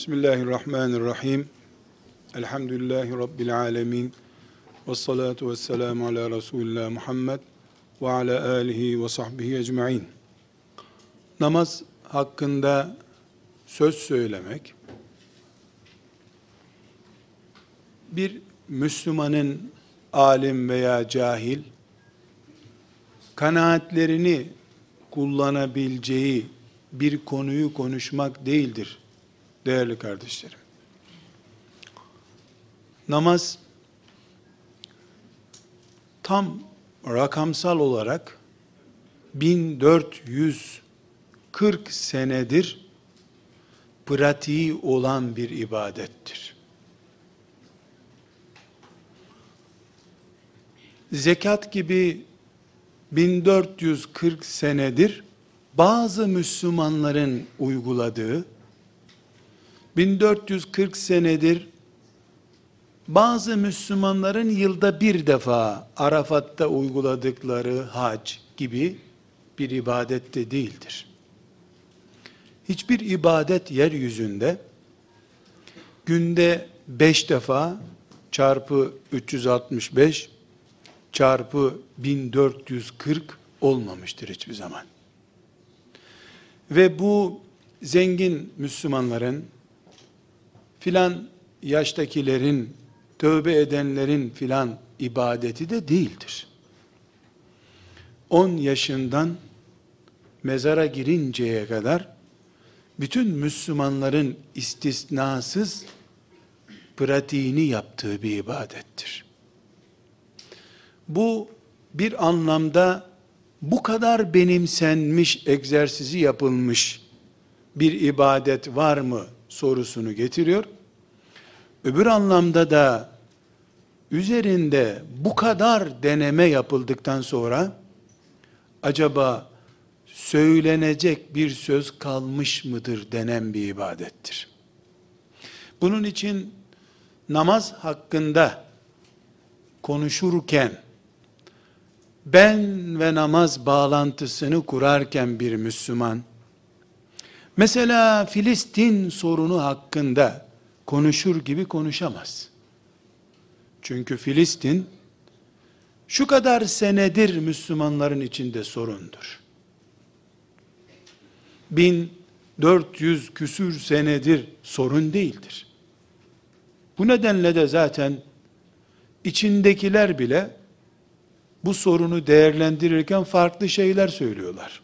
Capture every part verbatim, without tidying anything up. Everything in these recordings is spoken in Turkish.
Bismillahirrahmanirrahim. Elhamdülillahi Rabbil alemin. Vessalatu vesselamu ala Resulullah Muhammed ve ala alihi ve sahbihi ecma'in. Namaz hakkında söz söylemek, bir Müslümanın alim veya cahil, kanaatlerini kullanabileceği bir konuyu konuşmak değildir değerli kardeşlerim. Namaz tam rakamsal olarak bin dört yüz kırk senedir pratiği olan bir ibadettir. Zekat gibi bin dört yüz kırk senedir bazı Müslümanların uyguladığı, bin dört yüz kırk senedir bazı Müslümanların yılda bir defa Arafat'ta uyguladıkları hac gibi bir ibadet de değildir. Hiçbir ibadet yeryüzünde günde beş defa çarpı üç yüz altmış beş çarpı bin dört yüz kırk olmamıştır hiçbir zaman. Ve bu zengin Müslümanların, filan yaştakilerin, tövbe edenlerin filan ibadeti de değildir. on yaşından mezara girinceye kadar bütün Müslümanların istisnasız pratiğini yaptığı bir ibadettir. Bu bir anlamda bu kadar benimsenmiş, egzersizi yapılmış bir ibadet var mı sorusunu getiriyor. Öbür anlamda da üzerinde bu kadar deneme yapıldıktan sonra acaba söylenecek bir söz kalmış mıdır denen bir ibadettir. Bunun için namaz hakkında konuşurken, ben ve namaz bağlantısını kurarken bir Müslüman, mesela Filistin sorunu hakkında konuşur gibi konuşamaz. Çünkü Filistin, şu kadar senedir Müslümanların içinde sorundur. bin dört yüz küsür senedir sorun değildir. Bu nedenle de zaten içindekiler bile bu sorunu değerlendirirken farklı şeyler söylüyorlar.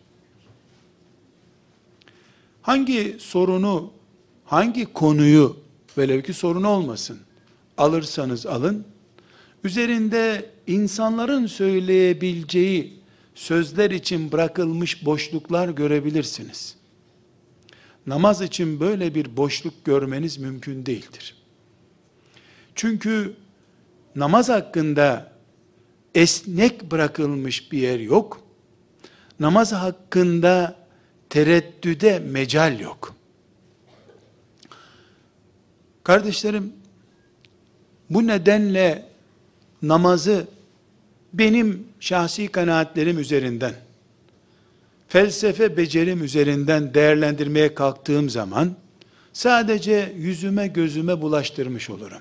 Hangi sorunu, hangi konuyu, velev ki sorun olmasın, alırsanız alın, üzerinde insanların söyleyebileceği sözler için bırakılmış boşluklar görebilirsiniz. Namaz için böyle bir boşluk görmeniz mümkün değildir. Çünkü namaz hakkında esnek bırakılmış bir yer yok. Namaz hakkında tereddüde mecal yok. Kardeşlerim, bu nedenle namazı benim şahsi kanaatlerim üzerinden, felsefe becerim üzerinden değerlendirmeye kalktığım zaman, sadece yüzüme gözüme bulaştırmış olurum.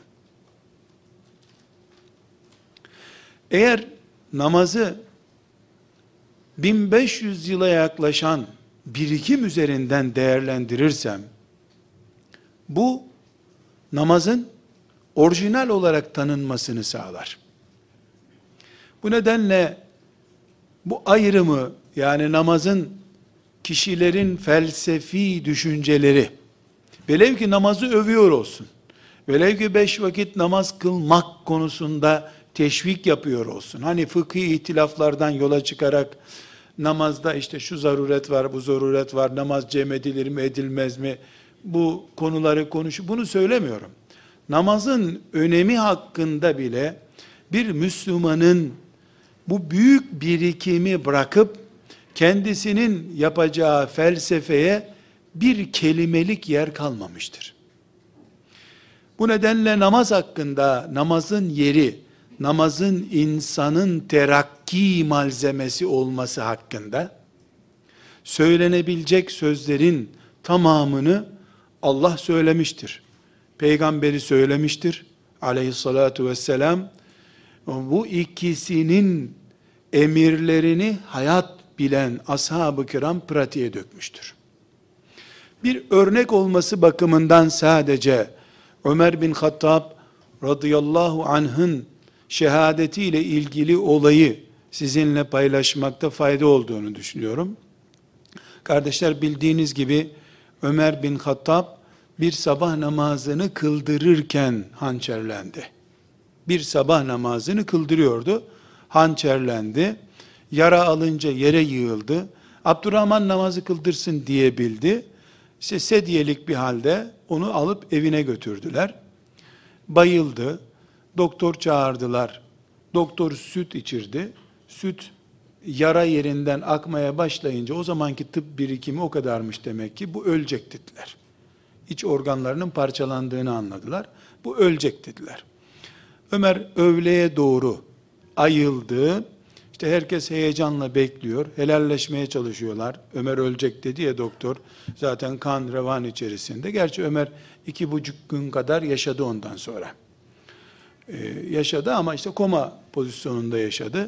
Eğer namazı bin beş yüz yıla yaklaşan birikim üzerinden değerlendirirsem, bu namazın orijinal olarak tanınmasını sağlar. Bu nedenle bu ayrımı, yani namazın kişilerin felsefi düşünceleri, velev ki namazı övüyor olsun, velev ki beş vakit namaz kılmak konusunda teşvik yapıyor olsun, hani fıkhi ihtilaflardan yola çıkarak namazda işte şu zaruret var, bu zaruret var, namaz cem edilir mi edilmez mi, bu konuları konuşup bunu söylemiyorum. Namazın önemi hakkında bile bir Müslümanın bu büyük birikimi bırakıp kendisinin yapacağı felsefeye bir kelimelik yer kalmamıştır. Bu nedenle namaz hakkında, namazın yeri, namazın insanın terakki malzemesi olması hakkında söylenebilecek sözlerin tamamını Allah söylemiştir. Peygamberi söylemiştir. Aleyhissalatu vesselam. Bu ikisinin emirlerini hayat bilen ashab-ı kiram pratiğe dökmüştür. Bir örnek olması bakımından sadece Ömer bin Hattab radıyallahu anh'ın şehadetiyle ilgili olayı sizinle paylaşmakta fayda olduğunu düşünüyorum. Kardeşler, bildiğiniz gibi Ömer bin Hattab bir sabah namazını kıldırırken hançerlendi. Bir sabah namazını kıldırıyordu, hançerlendi. Yara alınca yere yığıldı. Abdurrahman namazı kıldırsın diyebildi. İşte sedyelik bir halde onu alıp evine götürdüler. Bayıldı. Doktor çağırdılar. Doktor süt içirdi. Süt yara yerinden akmaya başlayınca o zamanki tıp birikimi o kadarmış demek ki, bu ölecek dediler. İç organlarının parçalandığını anladılar. Bu ölecek dediler. Ömer öğleye doğru ayıldı. İşte herkes heyecanla bekliyor. Helalleşmeye çalışıyorlar. Ömer ölecek dedi ya doktor. Zaten kan revan içerisinde. Gerçi Ömer iki buçuk gün kadar yaşadı ondan sonra. Ee, yaşadı ama işte koma pozisyonunda yaşadı.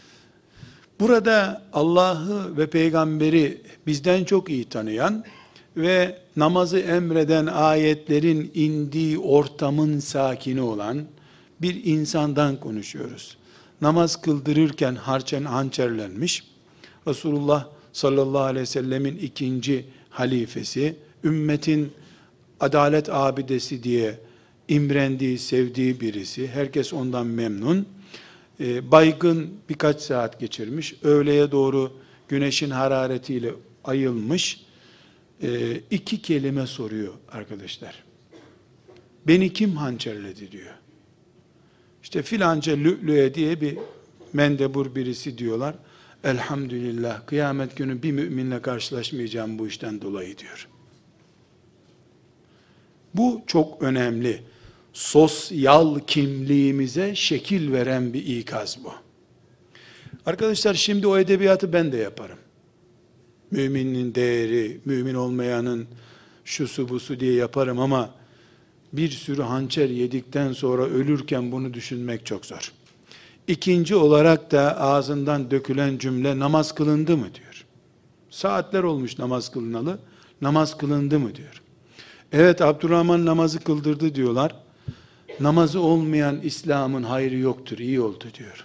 Burada Allah'ı ve peygamberi bizden çok iyi tanıyan ve namazı emreden ayetlerin indiği ortamın sakini olan bir insandan konuşuyoruz. Namaz kıldırırken harçen hançerlenmiş, Resulullah sallallahu aleyhi ve sellemin ikinci halifesi, ümmetin adalet abidesi diye imrendiği, sevdiği birisi, herkes ondan memnun, e, baygın birkaç saat geçirmiş, öğleye doğru güneşin hararetiyle ayılmış, e, iki kelime soruyor arkadaşlar. Beni kim hançerledi diyor. İşte filanca Lü'lü'e diye bir mendebur birisi diyorlar. Elhamdülillah, kıyamet günü bir müminle karşılaşmayacağım bu işten dolayı diyor. Bu çok önemli. Sosyal kimliğimize şekil veren bir ikaz bu. Arkadaşlar, şimdi o edebiyatı ben de yaparım. Müminin değeri, mümin olmayanın şusu busu diye yaparım ama bir sürü hançer yedikten sonra ölürken bunu düşünmek çok zor. İkinci olarak da ağzından dökülen cümle namaz kılındı mı diyor. Saatler olmuş namaz kılınalı, namaz kılındı mı diyor. Evet, Abdurrahman namazı kıldırdı diyorlar. Namazı olmayan İslam'ın hayrı yoktur, iyi oldu diyor.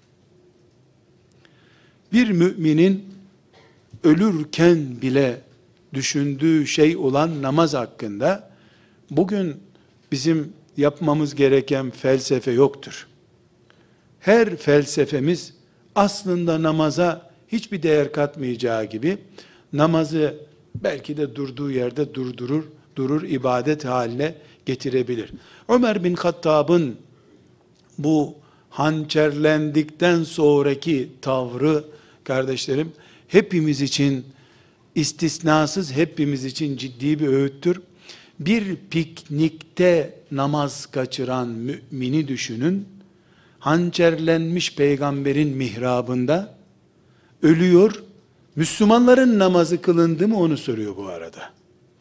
Bir müminin ölürken bile düşündüğü şey olan namaz hakkında bugün bizim yapmamız gereken felsefe yoktur. Her felsefemiz aslında namaza hiçbir değer katmayacağı gibi namazı belki de durduğu yerde durdurur, durur ibadet haline getirebilir. Ömer bin Hattab'ın bu hançerlendikten sonraki tavrı kardeşlerim hepimiz için istisnasız hepimiz için ciddi bir öğüttür. Bir piknikte namaz kaçıran mümini düşünün. Hançerlenmiş peygamberin mihrabında ölüyor. Müslümanların namazı kılındı mı onu soruyor bu arada.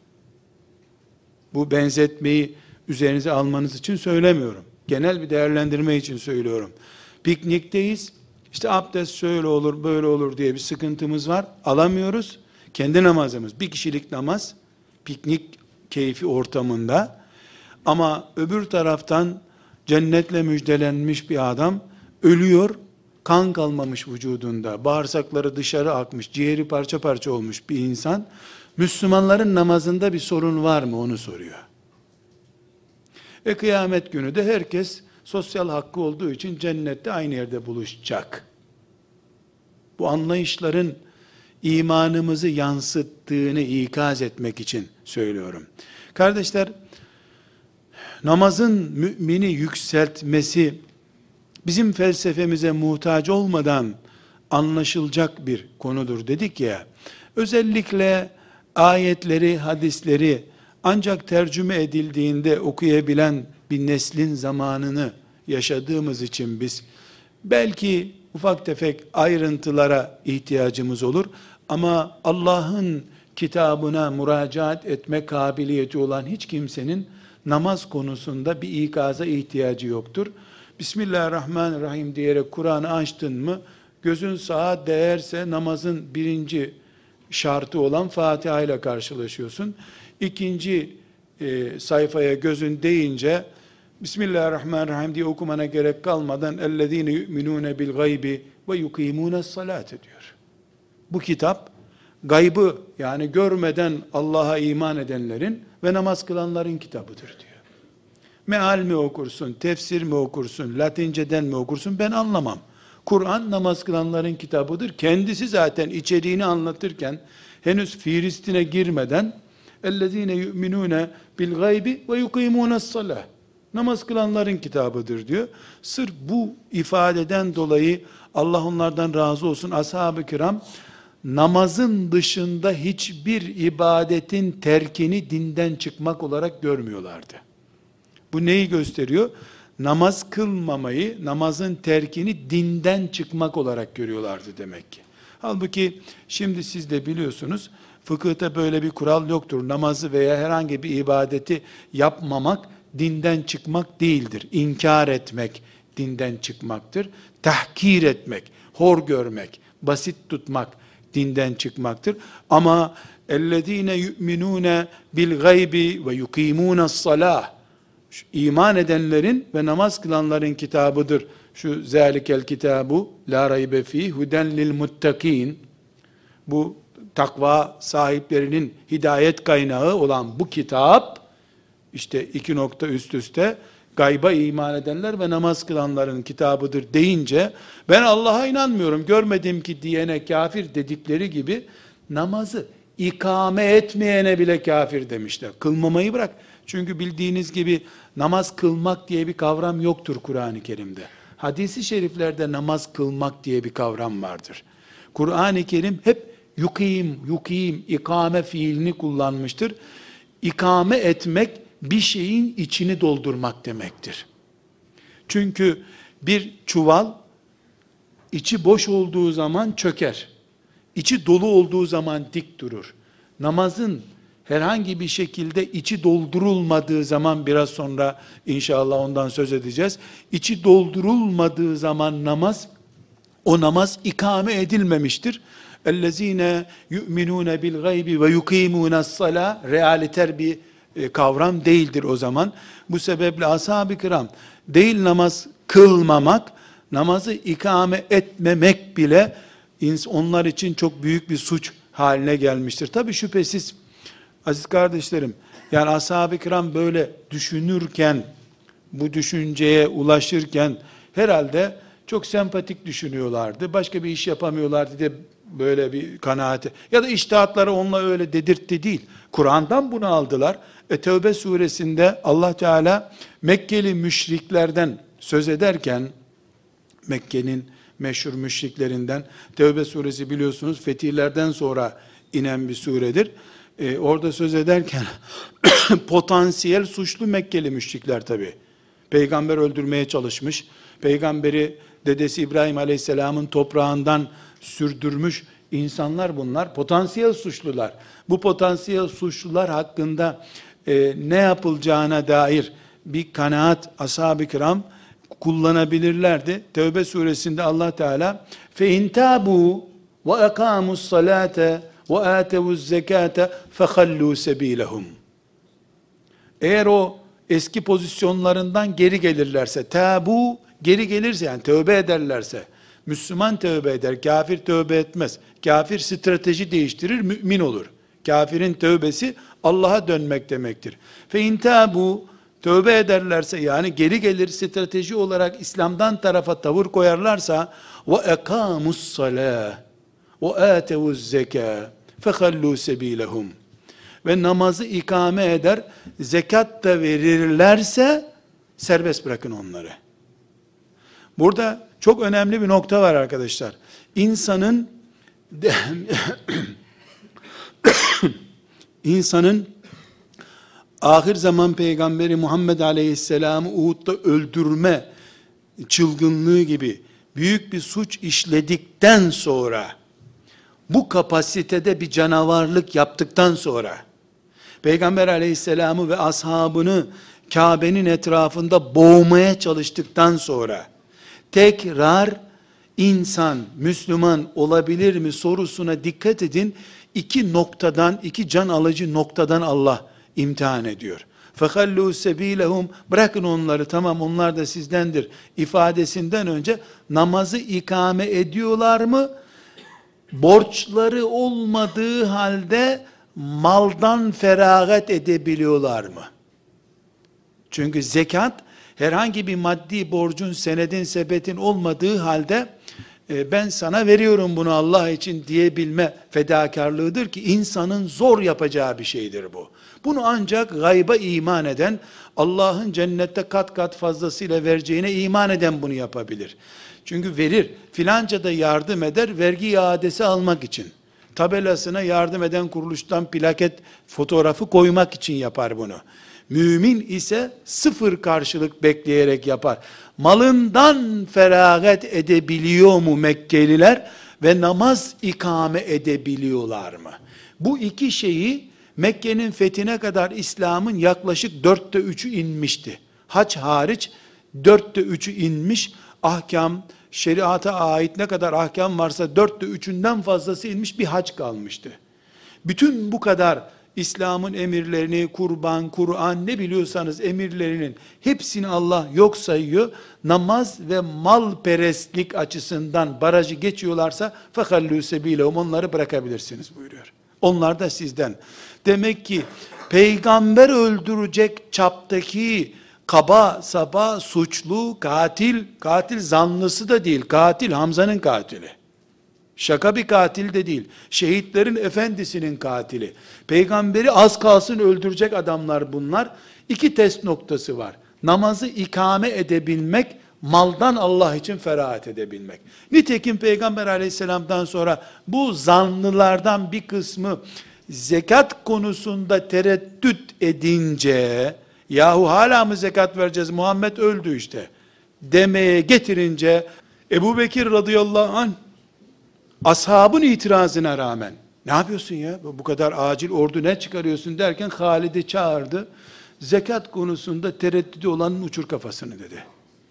Bu benzetmeyi üzerinize almanız için söylemiyorum. Genel bir değerlendirme için söylüyorum. Piknikteyiz. İşte abdest şöyle olur, böyle olur diye bir sıkıntımız var. Alamıyoruz. Kendi namazımız. Bir kişilik namaz. Piknik keyfi ortamında. Ama öbür taraftan cennetle müjdelenmiş bir adam ölüyor. Kan kalmamış vücudunda. Bağırsakları dışarı akmış. Ciğeri parça parça olmuş bir insan. Müslümanların namazında bir sorun var mı onu soruyor. Ve kıyamet günü de herkes sosyal hakkı olduğu için cennette aynı yerde buluşacak. Bu anlayışların imanımızı yansıttığını ikaz etmek için söylüyorum. Kardeşler, namazın mümini yükseltmesi bizim felsefemize muhtaç olmadan anlaşılacak bir konudur dedik ya. Özellikle ayetleri, hadisleri ancak tercüme edildiğinde okuyabilen bir neslin zamanını yaşadığımız için biz belki ufak tefek ayrıntılara ihtiyacımız olur ama Allah'ın kitabına müracaat etme kabiliyeti olan hiç kimsenin namaz konusunda bir ikaza ihtiyacı yoktur. Bismillahirrahmanirrahim diyerek Kur'an'ı açtın mı, gözün sağa değerse namazın birinci şartı olan Fatiha ile karşılaşıyorsun. İkinci e, sayfaya gözün değince Bismillahirrahmanirrahim diye okumana gerek kalmadan اَلَّذ۪ينَ يُؤْمِنُونَ بِالْغَيْبِ وَيُقِيمُونَ الصَّلَاةِ diyor. Bu kitap gaybı, yani görmeden Allah'a iman edenlerin ve namaz kılanların kitabıdır diyor. Meal mi okursun, tefsir mi okursun, Latinceden mi okursun ben anlamam. Kur'an namaz kılanların kitabıdır. Kendisi zaten içeriğini anlatırken henüz fiilistine girmeden اَلَّذ۪ينَ يُؤْمِنُونَ بِالْغَيْبِ وَيُقِيمُونَ الصَّلَاةِ namaz kılanların kitabıdır diyor. Sırf bu ifadeden dolayı Allah onlardan razı olsun, ashab-ı kiram namazın dışında hiçbir ibadetin terkini dinden çıkmak olarak görmüyorlardı. Bu neyi gösteriyor? Namaz kılmamayı, namazın terkini dinden çıkmak olarak görüyorlardı demek ki. Halbuki şimdi siz de biliyorsunuz, fıkıhta böyle bir kural yoktur. Namazı veya herhangi bir ibadeti yapmamak dinden çıkmak değildir. İnkar etmek dinden çıkmaktır. Tahkir etmek, hor görmek, basit tutmak dinden çıkmaktır. Ama اَلَّذ۪ينَ يُؤْمِنُونَ بِالْغَيْبِ وَيُقِيمُونَ الصَّلَاةِ iman edenlerin ve namaz kılanların kitabıdır. Şu zâlikel kitabu la raybe fîh huden lil muttakin. Bu takva sahiplerinin hidayet kaynağı olan bu kitap, işte iki nokta üst üste gayba iman edenler ve namaz kılanların kitabıdır deyince, ben Allah'a inanmıyorum, görmedim ki diyene kafir dedikleri gibi, namazı ikame etmeyene bile kafir demişler. Kılmamayı bırak. Çünkü bildiğiniz gibi namaz kılmak diye bir kavram yoktur Kur'an-ı Kerim'de. Hadis-i şeriflerde namaz kılmak diye bir kavram vardır. Kur'an-ı Kerim hep yukim, yukim, ikame fiilini kullanmıştır. İkame etmek, bir şeyin içini doldurmak demektir. Çünkü bir çuval, içi boş olduğu zaman çöker. İçi dolu olduğu zaman dik durur. Namazın herhangi bir şekilde içi doldurulmadığı zaman, biraz sonra inşallah ondan söz edeceğiz. İçi doldurulmadığı zaman namaz, o namaz ikame edilmemiştir. اَلَّذ۪ينَ يُؤْمِنُونَ بِالْغَيْبِ وَيُقِيمُونَ الصَّلَاةِ realiter bir e, kavram değildir o zaman. Bu sebeple ashab-ı kiram değil namaz kılmamak, namazı ikame etmemek bile onlar için çok büyük bir suç haline gelmiştir. Tabi şüphesiz aziz kardeşlerim, yani ashab-ı kiram böyle düşünürken, bu düşünceye ulaşırken herhalde çok sempatik düşünüyorlardı. Başka bir iş yapamıyorlardı diye böyle bir kanaati. Ya da içtihatları onunla öyle dedirtti değil. Kur'an'dan bunu aldılar. E Tevbe suresinde Allah Teala Mekkeli müşriklerden söz ederken, Mekke'nin meşhur müşriklerinden, Tevbe suresi biliyorsunuz fetihlerden sonra inen bir suredir. Ee, orada söz ederken potansiyel suçlu Mekkeli müşrikler tabi. Peygamber öldürmeye çalışmış. Peygamberi dedesi İbrahim Aleyhisselam'ın toprağından sürdürmüş insanlar bunlar. Potansiyel suçlular. Bu potansiyel suçlular hakkında e, ne yapılacağına dair bir kanaat ashab-ı kiram kullanabilirlerdi. Tevbe suresinde Allah Teala فَاِنْ تَابُوا وَاَقَامُوا الصَّلَاةَ وَآتَوُوا الزَّكَاةَ فَخَلُّوا سَب۪يلَهُمْ eğer o eski pozisyonlarından geri gelirlerse, tabu geri gelirse, yani tövbe ederlerse, Müslüman tövbe eder, kafir tövbe etmez. Kafir strateji değiştirir, mümin olur. Kafirin tövbesi Allah'a dönmek demektir. فَاِنْ تَابُوا tövbe ederlerse, yani geri gelir, strateji olarak İslam'dan tarafa tavır koyarlarsa, وَاَقَامُوا الصَّلَاةِ وَآتَوُوا الزَّكَاةِ فَخَلُّوا سَب۪يلَهُمْ ve namazı ikame eder, zekat da verirlerse serbest bırakın onları. Burada çok önemli bir nokta var arkadaşlar. İnsanın insanın ahir zaman peygamberi Muhammed Aleyhisselam'ı Uhud'da öldürme çılgınlığı gibi büyük bir suç işledikten sonra bu kapasitede bir canavarlık yaptıktan sonra, Peygamber aleyhisselamı ve ashabını Kabe'nin etrafında boğmaya çalıştıktan sonra, tekrar insan, Müslüman olabilir mi sorusuna dikkat edin. İki noktadan, iki can alıcı noktadan Allah imtihan ediyor. فَخَلُّوا سَب۪يلَهُمْ Bırakın onları, tamam onlar da sizdendir ifadesinden önce namazı ikame ediyorlar mı? Borçları olmadığı halde maldan feragat edebiliyorlar mı? Çünkü zekat herhangi bir maddi borcun, senedin, sebetin olmadığı halde e, ben sana veriyorum bunu Allah için diyebilme fedakarlığıdır ki insanın zor yapacağı bir şeydir bu. Bunu ancak gayba iman eden, Allah'ın cennette kat kat fazlasıyla vereceğine iman eden bunu yapabilir. Çünkü verir, filanca da yardım eder vergi iadesi almak için. Tabelasına yardım eden kuruluştan plaket fotoğrafı koymak için yapar bunu. Mümin ise sıfır karşılık bekleyerek yapar. Malından feragat edebiliyor mu Mekkeliler ve namaz ikame edebiliyorlar mı? Bu iki şeyi Mekke'nin fethine kadar İslam'ın yaklaşık dörtte üçü inmişti. Hac hariç dörtte üçü inmiş. Ahkam, şeriata ait ne kadar ahkam varsa dörtte üçünden fazlası inmiş, bir hac kalmıştı. Bütün bu kadar İslam'ın emirlerini, kurban, Kur'an ne biliyorsanız emirlerinin hepsini Allah yok sayıyor. Namaz ve malperestlik açısından barajı geçiyorlarsa فَخَلُّوا سَب۪يلَهُمْ onları bırakabilirsiniz buyuruyor. Onlar da sizden. Demek ki peygamber öldürecek çaptaki kaba, saba, suçlu, katil, katil zanlısı da değil, katil Hamza'nın katili. Şaka bir katil de değil. Şehitlerin efendisinin katili. Peygamberi az kalsın öldürecek adamlar bunlar. İki test noktası var. Namazı ikame edebilmek, maldan Allah için ferahat edebilmek. Nitekim Peygamber aleyhisselamdan sonra bu zanlılardan bir kısmı zekat konusunda tereddüt edince, yahu hala mı zekat vereceğiz, Muhammed öldü işte demeye getirince, Ebu Bekir radıyallahu anh ashabın itirazına rağmen, ne yapıyorsun ya, bu kadar acil ordu ne çıkarıyorsun derken Halid'i çağırdı. Zekat konusunda tereddütü olanın uçur kafasını dedi.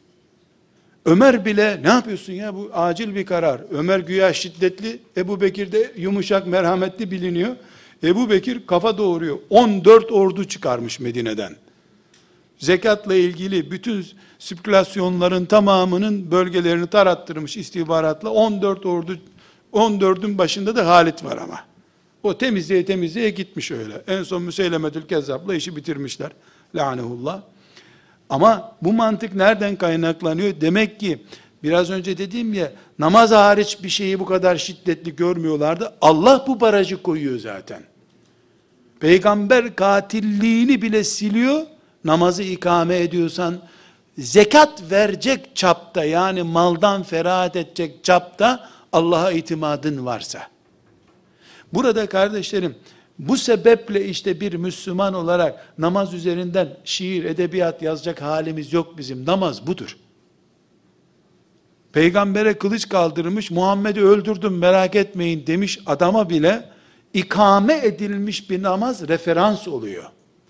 Ömer bile ne yapıyorsun ya, bu acil bir karar. Ömer güya şiddetli, Ebu Bekir de yumuşak, merhametli biliniyor. Ebu Bekir kafa doğuruyor. on dört ordu çıkarmış Medine'den. Zekatla ilgili bütün sirkülasyonların tamamının bölgelerini tarattırmış istihbaratla. on dört ordu, on dördün başında da Halit var ama. O temizliğe temizliğe gitmiş öyle. En son Müseylemetül Kezzab'la işi bitirmişler. Lanehullah. Ama bu mantık nereden kaynaklanıyor? Demek ki biraz önce dediğim ya, namaz hariç bir şeyi bu kadar şiddetli görmüyorlardı. Allah bu barajı koyuyor zaten. Peygamber katilliğini bile siliyor. Namazı ikame ediyorsan, zekat verecek çapta, yani maldan ferahat edecek çapta Allah'a itimadın varsa. Burada kardeşlerim, bu sebeple işte bir Müslüman olarak namaz üzerinden şiir, edebiyat yazacak halimiz yok bizim. Namaz budur. Peygambere kılıç kaldırmış, Muhammed'i öldürdüm merak etmeyin demiş adama bile ikame edilmiş bir namaz referans oluyor.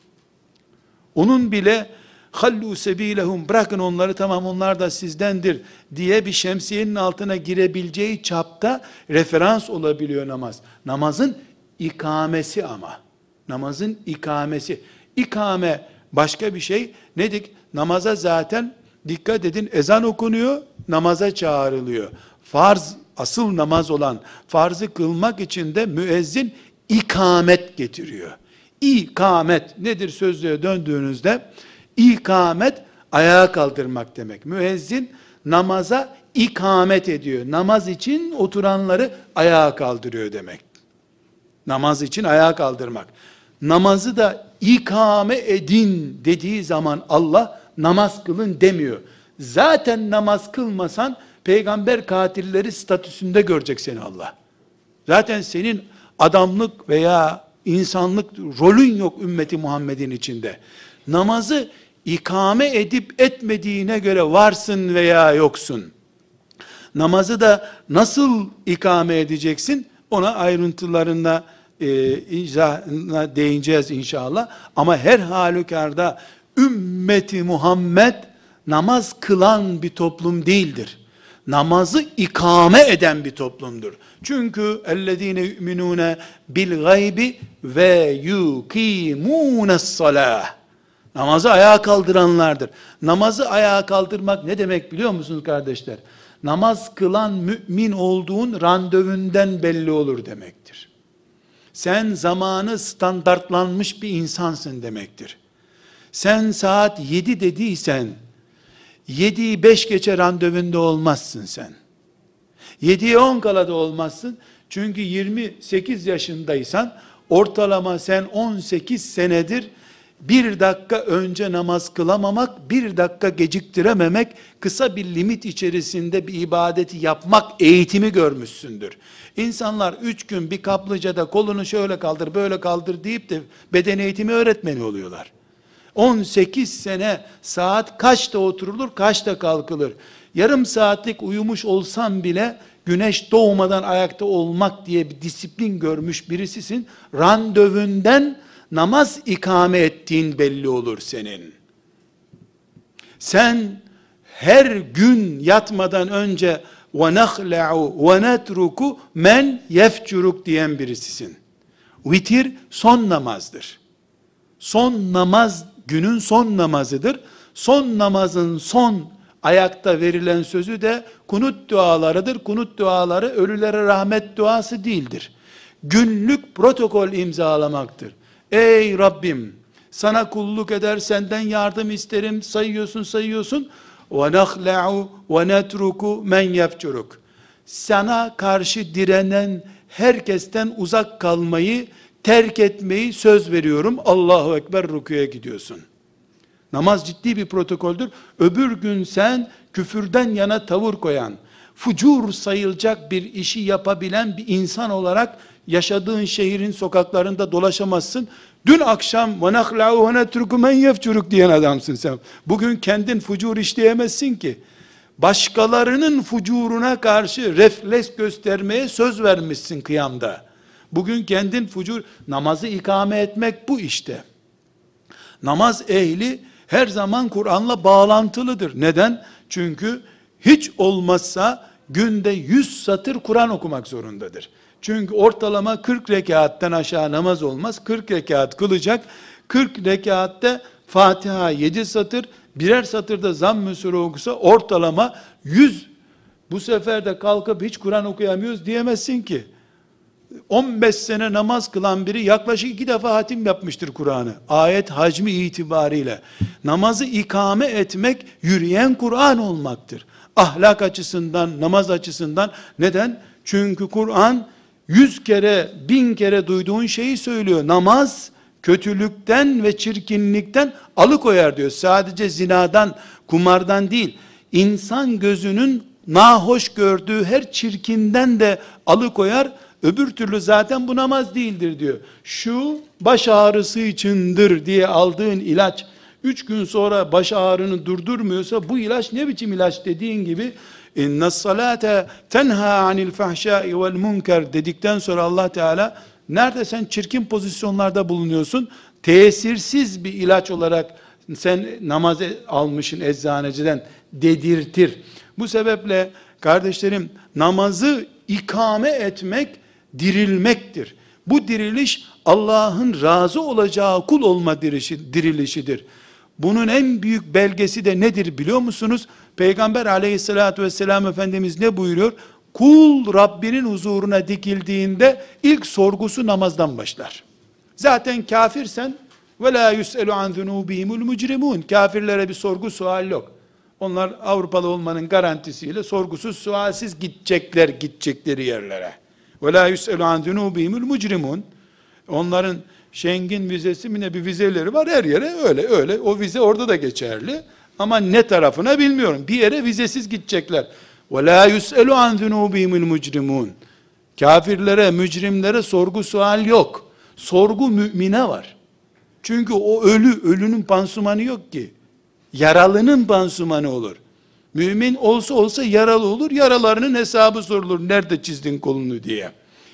Onun bile hallu sebilehum, bırakın onları, tamam onlar da sizdendir diye bir şemsiyenin altına girebileceği çapta referans olabiliyor namaz. Namazın ikamesi ama. Namazın ikamesi. İkame başka bir şey. Nedik? Namaza zaten dikkat edin, ezan okunuyor, namaza çağrılıyor. Farz, asıl namaz olan farzı kılmak için de müezzin ikamet getiriyor. İkamet nedir sözlüğe döndüğünüzde? İkamet ayağa kaldırmak demek. Müezzin namaza ikamet ediyor. Namaz için oturanları ayağa kaldırıyor demek. Namaz için ayağa kaldırmak. Namazı da ikame edin dediği zaman Allah namaz kılın demiyor. Zaten namaz kılmasan peygamber katilleri statüsünde görecek seni Allah. Zaten senin adamlık veya insanlık rolün yok ümmeti Muhammed'in içinde. Namazı ikame edip etmediğine göre varsın veya yoksun. Namazı da nasıl ikame edeceksin? Ona ayrıntılarına e, izahına değineceğiz inşallah. Ama her halükarda ümmeti Muhammed namaz kılan bir toplum değildir. Namazı ikame eden bir toplumdur. Çünkü ellezine yu'minune bil gaybi ve yuqimunes salah. Namazı ayağa kaldıranlardır. Namazı ayağa kaldırmak ne demek biliyor musunuz kardeşler? Namaz kılan mümin olduğun randevundan belli olur demektir. Sen zamanı standartlanmış bir insansın demektir. Sen saat yedi dediysen, yediyi beş geçe randevunda olmazsın sen. yediye on kala da olmazsın. Çünkü yirmi sekiz yaşındaysan, ortalama sen on sekiz senedir bir dakika önce namaz kılamamak, bir dakika geciktirememek, kısa bir limit içerisinde bir ibadeti yapmak eğitimi görmüşsündür. İnsanlar üç gün bir kaplıcada kolunu şöyle kaldır, böyle kaldır deyip de beden eğitimi öğretmeni oluyorlar. on sekiz sene saat kaçta oturulur, kaçta kalkılır? Yarım saatlik uyumuş olsam bile güneş doğmadan ayakta olmak diye bir disiplin görmüş birisisin. Randevundan namaz ikame ettiğin belli olur senin. Sen her gün yatmadan önce وَنَخْلَعُ وَنَتْرُكُ men yefcuruk diyen birisisin. Vitir son namazdır. Son namaz günün son namazıdır. Son namazın son ayakta verilen sözü de kunut dualarıdır. Kunut duaları ölülere rahmet duası değildir. Günlük protokol imzalamaktır. Ey Rabbim, sana kulluk eder, senden yardım isterim, sayıyorsun sayıyorsun. وَنَخْلَعُ وَنَتْرُكُ men yefcuruk. Sana karşı direnen herkesten uzak kalmayı, terk etmeyi söz veriyorum. Allahu Ekber, rüküye gidiyorsun. Namaz ciddi bir protokoldür. Öbür gün sen küfürden yana tavır koyan, fucur sayılacak bir işi yapabilen bir insan olarak yaşadığın şehrin sokaklarında dolaşamazsın. Dün akşam وَنَخْلَعُ وَنَتْرُكُ men yefcuruk diyen adamsın sen. Bugün kendin fucur işleyemezsin ki. Başkalarının fucuruna karşı refleks göstermeye söz vermişsin kıyamda. Bugün kendin fucur, namazı ikame etmek bu işte. Namaz ehli her zaman Kur'an'la bağlantılıdır. Neden? Çünkü hiç olmazsa günde yüz satır Kur'an okumak zorundadır. Çünkü ortalama kırk rekattan aşağı namaz olmaz. kırk rekat kılacak. kırk rekatte Fatiha yedi satır, birer satırda Zamm-ı Sure okusa ortalama yüz. Bu sefer de kalkıp hiç Kur'an okuyamıyoruz diyemezsin ki. on beş sene namaz kılan biri yaklaşık iki defa hatim yapmıştır Kur'an'ı. Ayet hacmi itibariyle. Namazı ikame etmek, yürüyen Kur'an olmaktır. Ahlak açısından, namaz açısından. Neden? Çünkü Kur'an yüz kere, bin kere duyduğun şeyi söylüyor. Namaz, kötülükten ve çirkinlikten alıkoyar diyor. Sadece zinadan, kumardan değil. İnsan gözünün nahoş gördüğü her çirkinden de alıkoyar. Öbür türlü zaten bu namaz değildir diyor. Şu baş ağrısı içindir diye aldığın ilaç, üç gün sonra baş ağrını durdurmuyorsa bu ilaç ne biçim ilaç dediğin gibi, İnne salate tenha anil fahşai vel munker dedikten sonra Allah Teala, nerede sen çirkin pozisyonlarda bulunuyorsun, tesirsiz bir ilaç olarak sen namaz almışsın eczaneciden dedirtir. Bu sebeple kardeşlerim, namazı ikame etmek dirilmektir. Bu diriliş Allah'ın razı olacağı kul olma dirilişidir. Bunun en büyük belgesi de nedir biliyor musunuz? Peygamber aleyhissalatü vesselam Efendimiz ne buyuruyor? Kul Rabbinin huzuruna dikildiğinde ilk sorgusu namazdan başlar. Zaten kafirsen ve la yus'elu an zunubihimul mucrimun. Kafirlere bir sorgu sual yok. Onlar Avrupalı olmanın garantisiyle sorgusuz sualsiz gidecekler gidecekleri yerlere. Ve la yus'elu an zunubihimul mucrimun. Onların Schengen vizesi mi ne bir vizeleri var her yere, öyle öyle o vize orada da geçerli. Ama ne tarafına bilmiyorum. Bir yere vizesiz gidecekler. Ve la yus'elu an zunubihimul mucrimun. Kafirlere, mücrimlere sorgu sual yok. Sorgu mümine var. Çünkü o ölü, ölünün pansumanı yok ki. Yaralının pansumanı olur. Mümin olsa olsa yaralı olur, yaralarının hesabı sorulur. Nerede çizdin kolunu diye.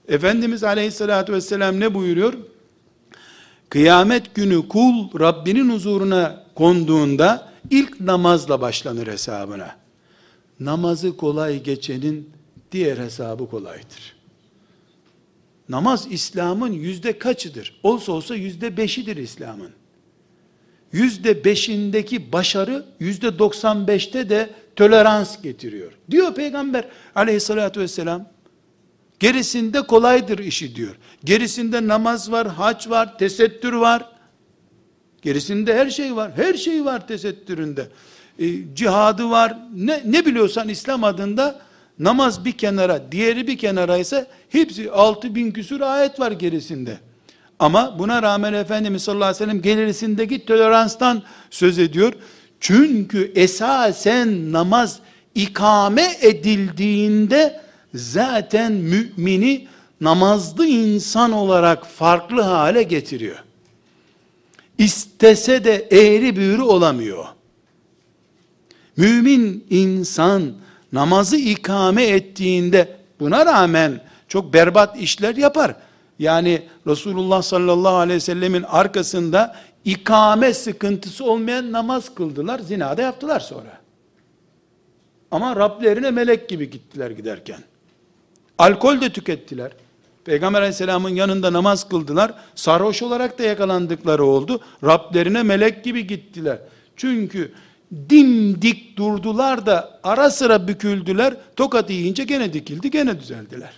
Efendimiz Aleyhisselatü Vesselam ne buyuruyor? Kıyamet günü kul Rabbinin huzuruna konduğunda ilk namazla başlanır hesabına. Namazı kolay geçenin diğer hesabı kolaydır. Namaz İslam'ın yüzde kaçıdır? Olsa olsa yüzde beşidir İslam'ın. Yüzde beşindeki başarı yüzde doksan beşte de tolerans getiriyor. Diyor Peygamber Aleyhisselatü Vesselam. Gerisinde kolaydır işi diyor. Gerisinde namaz var, hac var, tesettür var. Gerisinde her şey var. Her şey var tesettüründe. E, cihadı var. Ne, ne biliyorsan İslam adında namaz bir kenara, diğeri bir kenara ise hepsi altı bin küsur ayet var gerisinde. Ama buna rağmen Efendimiz sallallahu aleyhi ve sellem gerisindeki toleranstan söz ediyor. Çünkü esasen namaz ikame edildiğinde zaten mümini namazlı insan olarak farklı hale getiriyor. İstese de eğri büğrü olamıyor. Mümin insan namazı ikame ettiğinde buna rağmen çok berbat işler yapar. Yani Resulullah sallallahu aleyhi ve sellemin arkasında ikame sıkıntısı olmayan namaz kıldılar, zina da yaptılar sonra. Ama Rablerine melek gibi gittiler giderken. Alkol de tükettiler. Peygamber aleyhisselamın yanında namaz kıldılar. Sarhoş olarak da yakalandıkları oldu. Rablerine melek gibi gittiler. Çünkü dimdik durdular da ara sıra büküldüler. Tokat yiyince gene dikildi, gene düzeldiler.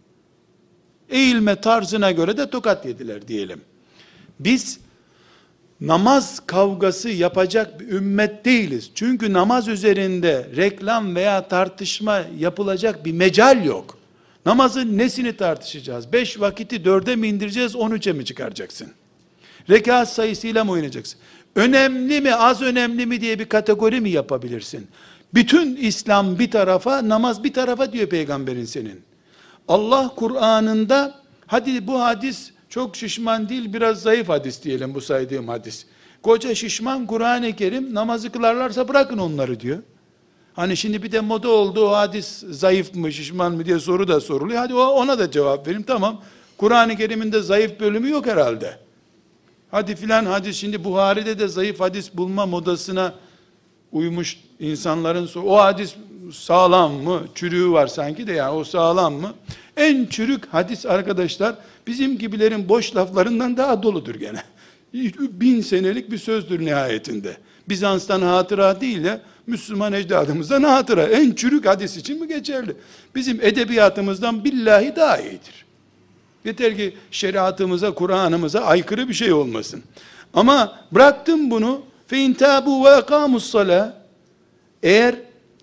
Eğilme tarzına göre de tokat yediler diyelim. Biz namaz kavgası yapacak bir ümmet değiliz. Çünkü namaz üzerinde reklam veya tartışma yapılacak bir mecal yok. Namazın nesini tartışacağız? Beş vakiti dörde mi indireceğiz, on üçe mi çıkaracaksın? Rekat sayısıyla mı oynayacaksın? Önemli mi, az önemli mi diye bir kategori mi yapabilirsin? Bütün İslam bir tarafa, namaz bir tarafa diyor peygamberin senin. Allah Kur'an'ında, hadi bu hadis çok şişman değil, biraz zayıf hadis diyelim bu saydığım hadis. Koca şişman Kur'an-ı Kerim, namazı kılarlarsa bırakın onları diyor. Hani şimdi bir de moda oldu, o hadis zayıf mı, şişman mı diye soru da soruluyor. Hadi ona da cevap vereyim, tamam. Kur'an-ı Kerim'in de zayıf bölümü yok herhalde. Hadi filan hadis, şimdi Buhari'de de zayıf hadis bulma modasına uymuş insanların, o hadis sağlam mı, çürüğü var sanki de, yani o sağlam mı? En çürük hadis arkadaşlar, bizim gibilerin boş laflarından daha doludur gene. Bin senelik bir sözdür nihayetinde. Bizans'tan hatıra değil de, Müslüman ecdadımızdan hatıra. En çürük hadis için mi geçerli? Bizim edebiyatımızdan billahi daha iyidir. Yeter ki şeriatımıza, Kur'an'ımıza aykırı bir şey olmasın. Ama bıraktım bunu, fe intabu ve ekamus sala, eğer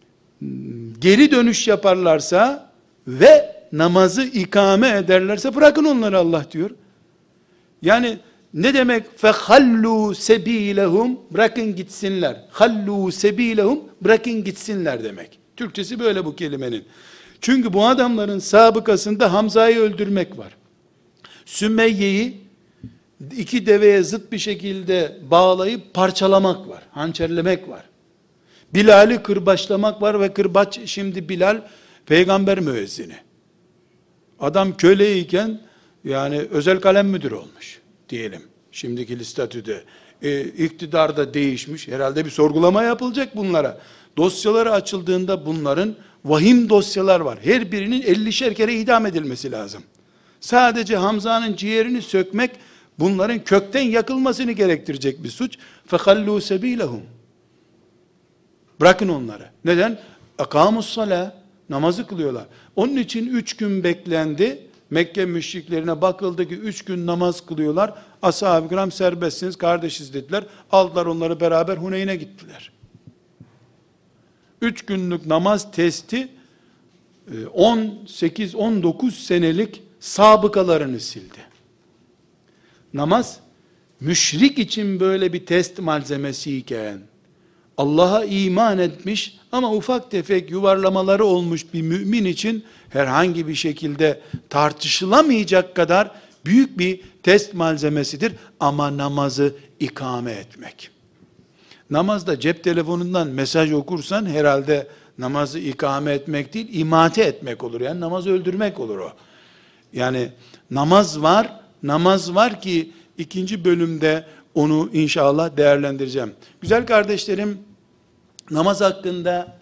geri dönüş yaparlarsa ve namazı ikame ederlerse bırakın onları Allah diyor. Yani ne demek? فَخَلُّوا سَب۪يلَهُمْ Bırakın gitsinler. خَلُّوا سَب۪يلَهُمْ Bırakın gitsinler demek. Türkçesi böyle bu kelimenin. Çünkü bu adamların sabıkasında Hamza'yı öldürmek var. Sümeyye'yi iki deveye zıt bir şekilde bağlayıp parçalamak var. Hançerlemek var. Bilal'i kırbaçlamak var ve kırbaç, şimdi Bilal peygamber müezzini. Adam köleyken yani özel kalem müdürü olmuş diyelim. Şimdiki statüde. E, iktidar da değişmiş. Herhalde bir sorgulama yapılacak bunlara. Dosyaları açıldığında bunların vahim dosyalar var. Her birinin ellişer kere idam edilmesi lazım. Sadece Hamza'nın ciğerini sökmek bunların kökten yakılmasını gerektirecek bir suç. فَخَلُّوا سَب۪يلَهُمْ Bırakın onları. Neden? اَقَامُ الصَّلَاةِ Namazı kılıyorlar. Onun için üç gün beklendi. Mekke müşriklerine bakıldı ki üç gün namaz kılıyorlar. Ashab-ı kiram serbestsiniz, kardeşiz dediler. Aldılar onları, beraber Huneyn'e gittiler. Üç günlük namaz testi on sekiz on dokuz senelik sabıkalarını sildi. Namaz müşrik için böyle bir test malzemesiyken, Allah'a iman etmiş ama ufak tefek yuvarlamaları olmuş bir mümin için herhangi bir şekilde tartışılamayacak kadar büyük bir test malzemesidir. Ama namazı ikame etmek. Namazda cep telefonundan mesaj okursan herhalde namazı ikame etmek değil, imate etmek olur. Yani namazı öldürmek olur o. Yani namaz var, namaz var ki ikinci bölümde onu inşallah değerlendireceğim. Güzel kardeşlerim, namaz hakkında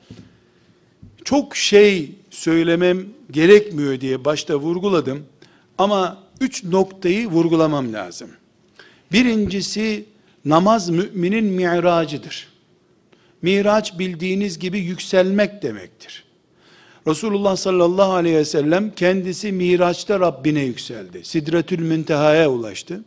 çok şey söylemem gerekmiyor diye başta vurguladım. Ama üç noktayı vurgulamam lazım. Birincisi, namaz müminin mi'racıdır. Miraç bildiğiniz gibi yükselmek demektir. Resulullah sallallahu aleyhi ve sellem kendisi Miraç'ta Rabbine yükseldi. Sidretül Münteha'ya ulaştı.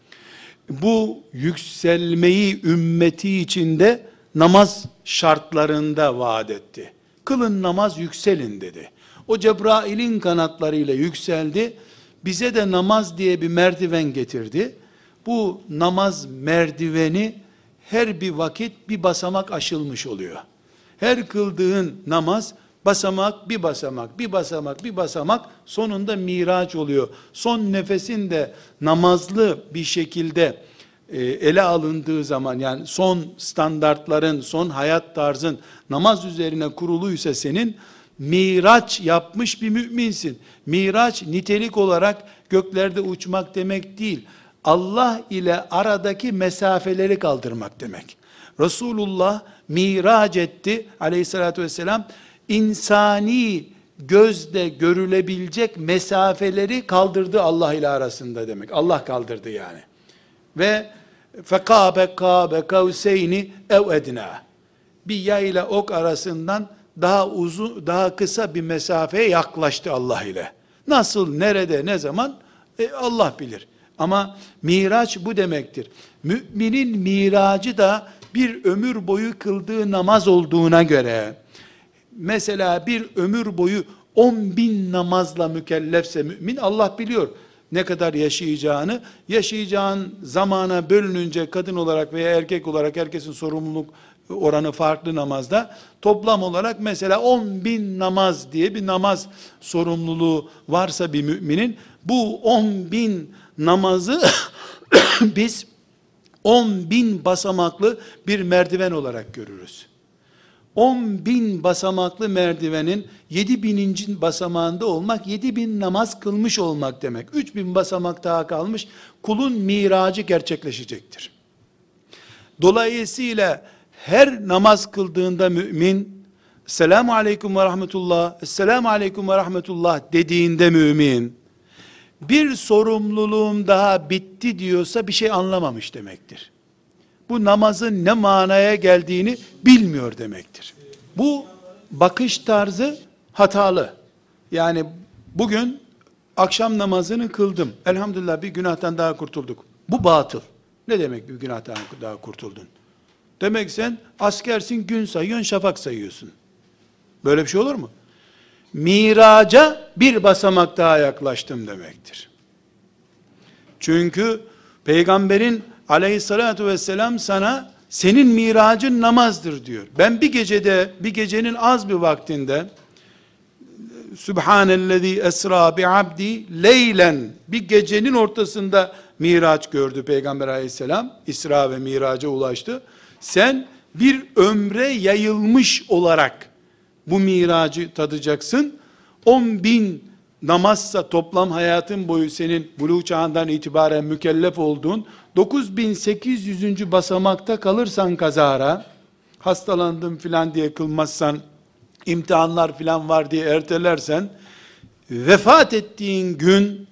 Bu yükselmeyi ümmeti içinde namaz şartlarında vaat etti. Kılın namaz, yükselin dedi. O Cebrail'in kanatlarıyla yükseldi. Bize de namaz diye bir merdiven getirdi. Bu namaz merdiveni her bir vakit bir basamak aşılmış oluyor. Her kıldığın namaz basamak, bir basamak, bir basamak, bir basamak, sonunda miraç oluyor. Son nefesin de namazlı bir şekilde e, ele alındığı zaman, yani son standartların, son hayat tarzın namaz üzerine kuruluysa senin, miraç yapmış bir müminsin. Miraç nitelik olarak göklerde uçmak demek değil. Allah ile aradaki mesafeleri kaldırmak demek. Resulullah miraç etti aleyhissalatü vesselam. İnsani gözle görülebilecek mesafeleri kaldırdı Allah ile arasında demek. Allah kaldırdı yani. Ve fekabe kabe kavseyni ev edna. Bir yay ile ok arasından daha uzun, daha kısa bir mesafeye yaklaştı Allah ile. Nasıl, nerede, ne zaman e, Allah bilir. Ama miraç bu demektir. Müminin miracı da bir ömür boyu kıldığı namaz olduğuna göre, mesela bir ömür boyu on bin namazla mükellefse mümin, Allah biliyor ne kadar yaşayacağını. Yaşayacağın zamana bölününce kadın olarak veya erkek olarak, herkesin sorumluluk oranı farklı namazda, toplam olarak mesela on bin namaz diye bir namaz sorumluluğu varsa bir müminin, bu on bin namazı biz on bin basamaklı bir merdiven olarak görürüz. on bin basamaklı merdivenin yedi bininci basamağında olmak, yedi bin namaz kılmış olmak demek. üç bin basamak daha kalmış, kulun miracı gerçekleşecektir. Dolayısıyla her namaz kıldığında mümin, Esselamu Aleyküm ve Rahmetullah, Esselamu Aleyküm ve Rahmetullah dediğinde mümin, bir sorumluluğum daha bitti diyorsa bir şey anlamamış demektir. Bu namazın ne manaya geldiğini bilmiyor demektir. Bu bakış tarzı hatalı. Yani bugün akşam namazını kıldım, elhamdülillah bir günahtan daha kurtulduk. Bu batıl. Ne demek bir günahtan daha kurtuldun? Demek sen askersin, gün sayıyorsun, şafak sayıyorsun. Böyle bir şey olur mu? Miraca bir basamak daha yaklaştım demektir. Çünkü Peygamberin aleyhissalatu vesselam sana, senin miracın namazdır diyor. Ben bir gecede, bir gecenin az bir vaktinde, Sübhanellezi esra bi abdi leylen, bir gecenin ortasında miraç gördü Peygamber aleyhisselam. İsra ve miraca ulaştı. Sen bir ömre yayılmış olarak bu miracı tadacaksın. on bin namazsa toplam hayatın boyu senin buluğ çağından itibaren mükellef olduğun, dokuz bin sekiz yüzüncü basamakta kalırsan kazara, hastalandım filan diye kılmazsan, imtihanlar filan var diye ertelersen, vefat ettiğin gün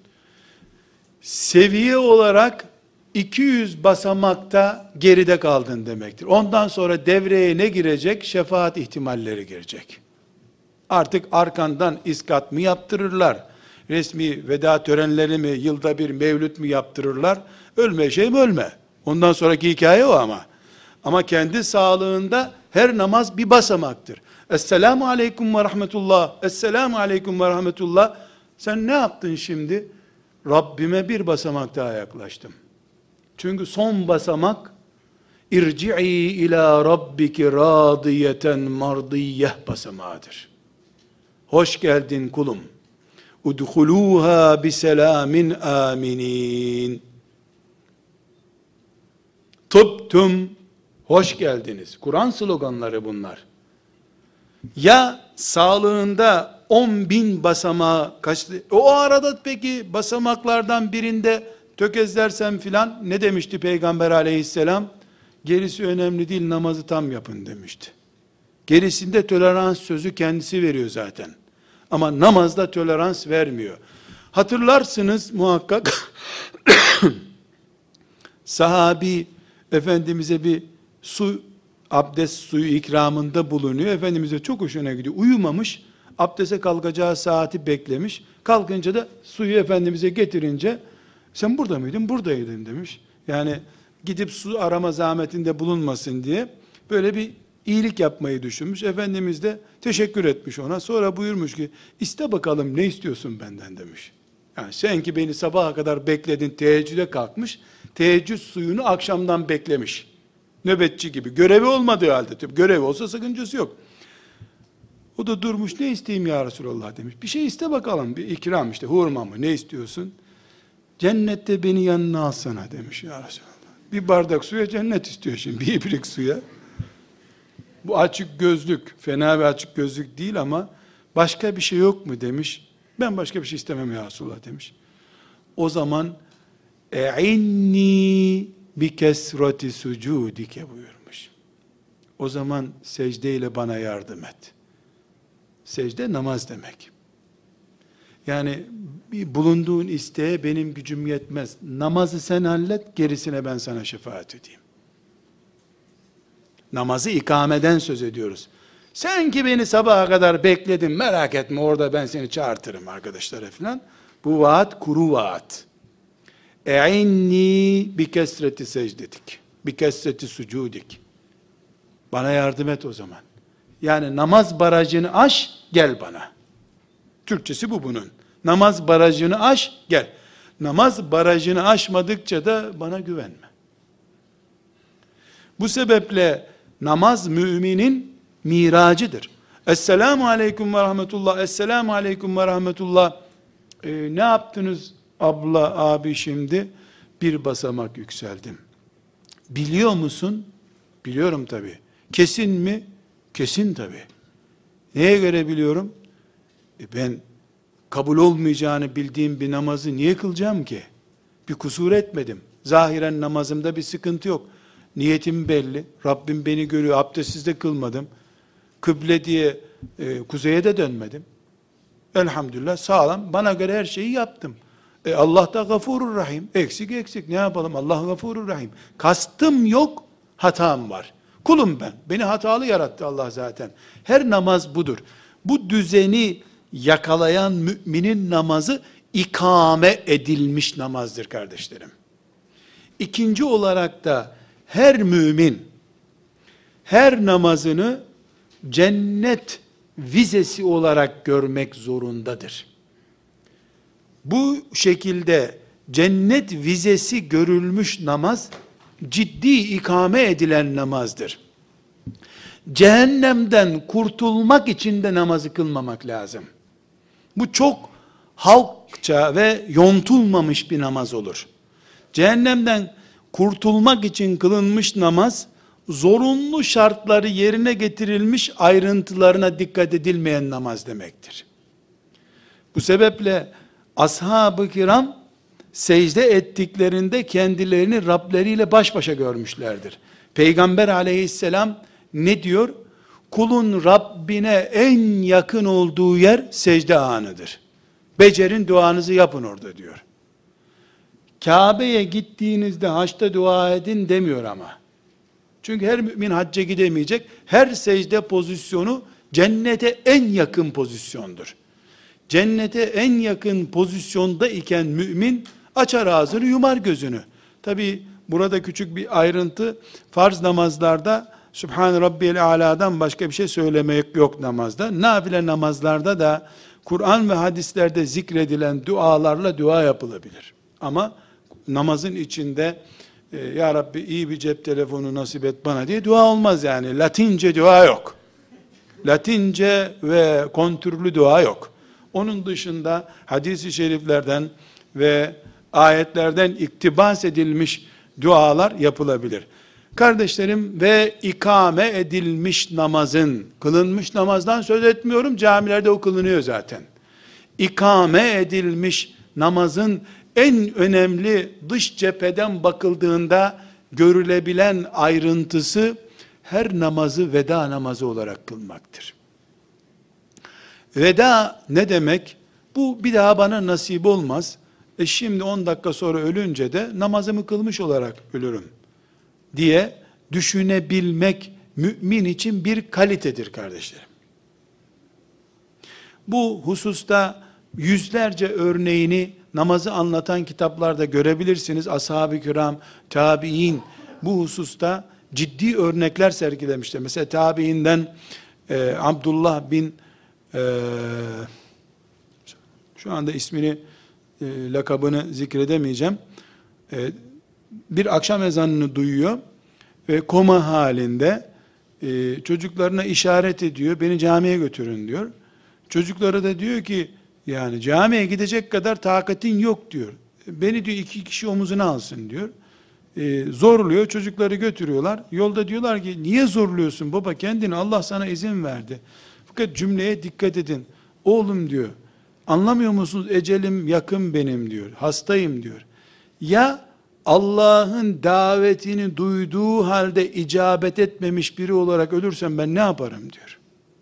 seviye olarak iki yüz basamakta geride kaldın demektir. Ondan sonra devreye ne girecek? Şefaat ihtimalleri girecek. Artık arkandan iskat mı yaptırırlar? Resmi veda törenleri mi, yılda bir mevlüt mü yaptırırlar? Ölme şey mi ölme? Ondan sonraki hikaye o ama. Ama kendi sağlığında her namaz bir basamaktır. Esselamu aleyküm ve rahmetullah. Esselamu aleyküm ve rahmetullah. Sen ne yaptın şimdi? Rabbime bir basamak daha yaklaştım. Çünkü son basamak, irci'i ila rabbiki radiyeten mardiyeh basamağıdır. Hoş geldin kulum. Udhuluha biselamin aminin. Tıptüm, hoş geldiniz. Kur'an sloganları bunlar. Ya sağlığında on bin basamağı kaçtı. O arada peki basamaklardan birinde tökezlersem filan ne demişti Peygamber aleyhisselam? Gerisi önemli değil, namazı tam yapın demişti. Gerisinde tolerans sözü kendisi veriyor zaten. Ama namazda tolerans vermiyor. Hatırlarsınız muhakkak sahabi Efendimiz'e bir su, abdest suyu ikramında bulunuyor. Efendimiz'e çok hoşuna gidiyor. Uyumamış, abdeste kalkacağı saati beklemiş. Kalkınca da suyu Efendimiz'e getirince, sen burada mıydın? Buradaydım demiş. Yani gidip su arama zahmetinde bulunmasın diye böyle bir iyilik yapmayı düşünmüş. Efendimiz de teşekkür etmiş ona. Sonra buyurmuş ki, iste bakalım ne istiyorsun benden demiş. Yani sen ki beni sabaha kadar bekledin, teheccüde kalkmış, teheccüd suyunu akşamdan beklemiş. Nöbetçi gibi. Görevi olmadığı halde. Tabii görevi olsa sakıncası yok. O da durmuş, ne isteyeyim ya Resulallah demiş. Bir şey iste bakalım, bir ikram işte, hurma mı, ne istiyorsun? Cennette beni yanına alsana demiş ya Resulallah. Bir bardak suya cennet istiyor şimdi, bir ibrik suya. Bu açık gözlük, fena bir açık gözlük değil ama başka bir şey yok mu demiş. Ben başka bir şey istemem ya Resulallah demiş. O zaman e'inni bi kesrati sucudike buyurmuş. O zaman secdeyle bana yardım et. Secde namaz demek. Yani bir bulunduğun isteğe benim gücüm yetmez. Namazı sen hallet, gerisine ben sana şefaat edeyim. Namazı ikameden söz ediyoruz. Sen ki beni sabaha kadar bekledin, merak etme, orada ben seni çağırtırım arkadaşlara filan. Bu vaat kuru vaat. E'inni bi kesreti secdetik. Bi kesreti sucudik. Bana yardım et o zaman. Yani namaz barajını aş, gel bana. Türkçesi bu bunun. Namaz barajını aş, gel. Namaz barajını aşmadıkça da bana güvenme. Bu sebeple namaz müminin miracıdır. Esselamu aleyküm ve rahmetullah, esselamu aleyküm ve rahmetullah. Ee, ne yaptınız abla, abi şimdi? Bir basamak yükseldim. Biliyor musun? Biliyorum tabii. Kesin mi? Kesin tabii. Neye göre biliyorum? E ben kabul olmayacağını bildiğim bir namazı niye kılacağım ki? Bir kusur etmedim. Zahiren namazımda bir sıkıntı yok. Niyetim belli. Rabbim beni görüyor. Abdestsiz de kılmadım. Kıble diye e, kuzeye de dönmedim. Elhamdülillah sağlam. Bana göre her şeyi yaptım. E, Allah da gafurur rahim. Eksik eksik. Ne yapalım? Allah gafurur rahim. Kastım yok, hatam var. Kulum ben. Beni hatalı yarattı Allah zaten. Her namaz budur. Bu düzeni yakalayan müminin namazı ikame edilmiş namazdır kardeşlerim. İkinci olarak da her mümin her namazını cennet vizesi olarak görmek zorundadır. Bu şekilde cennet vizesi görülmüş namaz ciddi ikame edilen namazdır. Cehennemden kurtulmak için de namazı kılmamak lazım. Bu çok halkça ve yontulmamış bir namaz olur. Cehennemden kurtulmak için kılınmış namaz, zorunlu şartları yerine getirilmiş ayrıntılarına dikkat edilmeyen namaz demektir. Bu sebeple ashab-ı kiram secde ettiklerinde kendilerini Rableriyle baş başa görmüşlerdir. Peygamber aleyhisselam ne diyor? Kulun Rabbine en yakın olduğu yer secde anıdır. Becerin, duanızı yapın orada diyor. Kabe'ye gittiğinizde haçta dua edin demiyor ama. Çünkü her mümin hacca gidemeyecek. Her secde pozisyonu cennete en yakın pozisyondur. Cennete en yakın pozisyonda iken mümin açar ağzını, yumar gözünü. Tabi burada küçük bir ayrıntı, farz namazlarda Sübhan Rabbiyel Ala'dan başka bir şey söylemek yok namazda. Nafile namazlarda da Kur'an ve hadislerde zikredilen dualarla dua yapılabilir. Ama namazın içinde e, Ya Rabbi iyi bir cep telefonu nasip et bana diye dua olmaz yani. Latince dua yok. Latince ve kontürlü dua yok. Onun dışında hadis-i şeriflerden ve ayetlerden iktibas edilmiş dualar yapılabilir. Kardeşlerim, ve ikame edilmiş namazın, kılınmış namazdan söz etmiyorum, camilerde o kılınıyor zaten. İkame edilmiş namazın en önemli, dış cepheden bakıldığında görülebilen ayrıntısı, her namazı veda namazı olarak kılmaktır. Veda ne demek? Bu bir daha bana nasip olmaz. E şimdi on dakika sonra ölünce de namazımı kılmış olarak ölürüm diye düşünebilmek mümin için bir kalitedir kardeşlerim. Bu hususta yüzlerce örneğini namazı anlatan kitaplarda görebilirsiniz. Ashab-ı kiram, tabi'in bu hususta ciddi örnekler sergilemişler. Mesela tabi'inden e, Abdullah bin e, şu anda ismini e, lakabını zikredemeyeceğim. E, bir akşam ezanını duyuyor ve koma halinde e, çocuklarına işaret ediyor. Beni camiye götürün diyor. Çocuklara da diyor ki, yani camiye gidecek kadar takatin yok diyor. Beni diyor iki kişi omuzuna alsın diyor. E, zorluyor, çocukları götürüyorlar. Yolda diyorlar ki, niye zorluyorsun baba, kendini, Allah sana izin verdi. Fakat cümleye dikkat edin. Oğlum diyor, anlamıyor musunuz, ecelim yakın benim diyor, hastayım diyor. Ya Allah'ın davetini duyduğu halde icabet etmemiş biri olarak ölürsem ben ne yaparım diyor.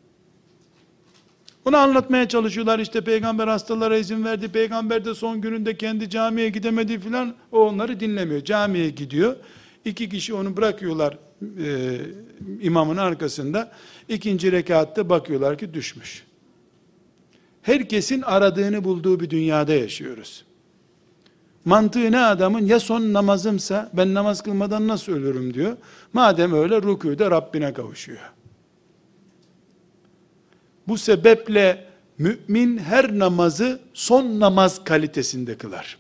Onu anlatmaya çalışıyorlar, işte peygamber hastalara izin verdi, peygamber de son gününde kendi camiye gidemedi filan, o onları dinlemiyor. Camiye gidiyor, iki kişi onu bırakıyorlar e, imamın arkasında, ikinci rekatta bakıyorlar ki düşmüş. Herkesin aradığını bulduğu bir dünyada yaşıyoruz. Mantığı ne adamın? Ya son namazımsa ben namaz kılmadan nasıl ölürüm diyor. Madem öyle rükûda Rabbine kavuşuyor. Bu sebeple mümin her namazı son namaz kalitesinde kılar.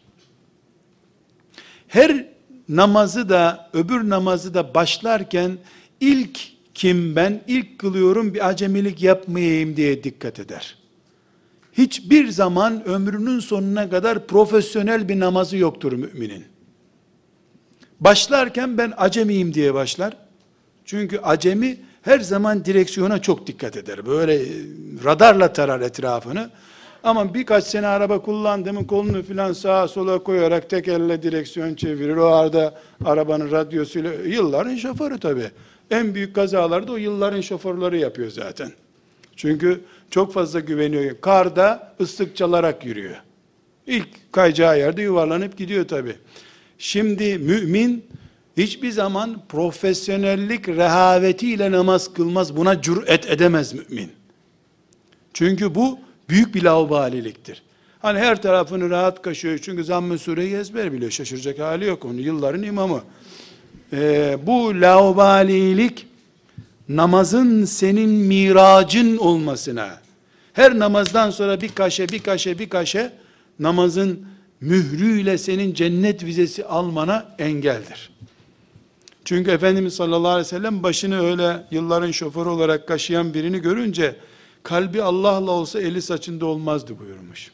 Her namazı da öbür namazı da başlarken ilk kim ben ilk kılıyorum bir acemilik yapmayayım diye dikkat eder. Hiçbir zaman ömrünün sonuna kadar profesyonel bir namazı yoktur müminin. Başlarken ben acemiyim diye başlar. Çünkü acemi her zaman direksiyona çok dikkat eder. Böyle radarla tarar etrafını. Ama birkaç sene araba kullandı mı kolunu filan sağa sola koyarak tek elle direksiyon çevirir. O arada arabanın radyosuyla, yılların şoförü tabii. En büyük kazalarda o yılların şoförleri yapıyor zaten. Çünkü çok fazla güveniyor. Karda ıslık çalarak yürüyor. İlk kayacağı yerde yuvarlanıp gidiyor tabii. Şimdi mümin hiçbir zaman profesyonellik rehavetiyle namaz kılmaz. Buna cüret edemez mümin. Çünkü bu büyük bir laubaliliktir. Hani her tarafını rahat kaşıyor. Çünkü Zamm-ı Sure'yi ezber biliyor. Şaşıracak hali yok. Onu yılların imamı. Ee, bu laubalilik namazın senin miracın olmasına, her namazdan sonra bir kaşe, bir kaşe, bir kaşe namazın mührüyle senin cennet vizesi almana engeldir. Çünkü Efendimiz sallallahu aleyhi ve sellem başını öyle yılların şoförü olarak kaşıyan birini görünce kalbi Allah'la olsa eli saçında olmazdı buyurmuş.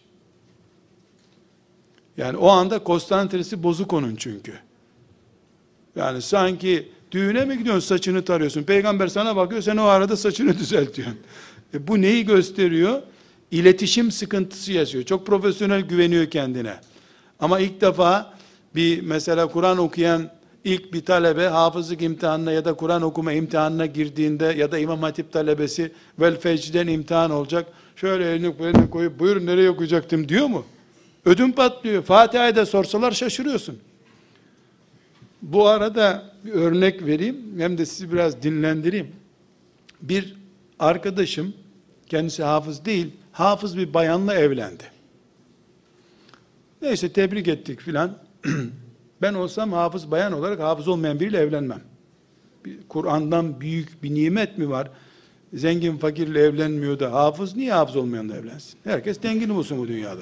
Yani o anda konsantresi bozuk onun çünkü. Yani sanki düğüne mi gidiyorsun, saçını tarıyorsun. Peygamber sana bakıyor, sen o arada saçını düzeltiyorsun. E bu neyi gösteriyor? İletişim sıkıntısı yaşıyor. Çok profesyonel güveniyor kendine. Ama ilk defa bir mesela Kur'an okuyan ilk bir talebe hafızlık imtihanına ya da Kur'an okuma imtihanına girdiğinde ya da İmam Hatip talebesi vel fecden imtihan olacak. Şöyle elini, elini koyup buyurun nereye okuyacaktım diyor mu? Ödüm patlıyor. Fatiha'yı da sorsalar şaşırıyorsun. Bu arada bir örnek vereyim, hem de sizi biraz dinlendireyim. Bir arkadaşım, kendisi hafız değil, hafız bir bayanla evlendi. Neyse tebrik ettik filan. Ben olsam hafız bayan olarak hafız olmayan biriyle evlenmem. Kur'an'dan büyük bir nimet mi var? Zengin fakirle evlenmiyor da hafız niye hafız olmayanla evlensin? Herkes dengin olsun bu dünyada.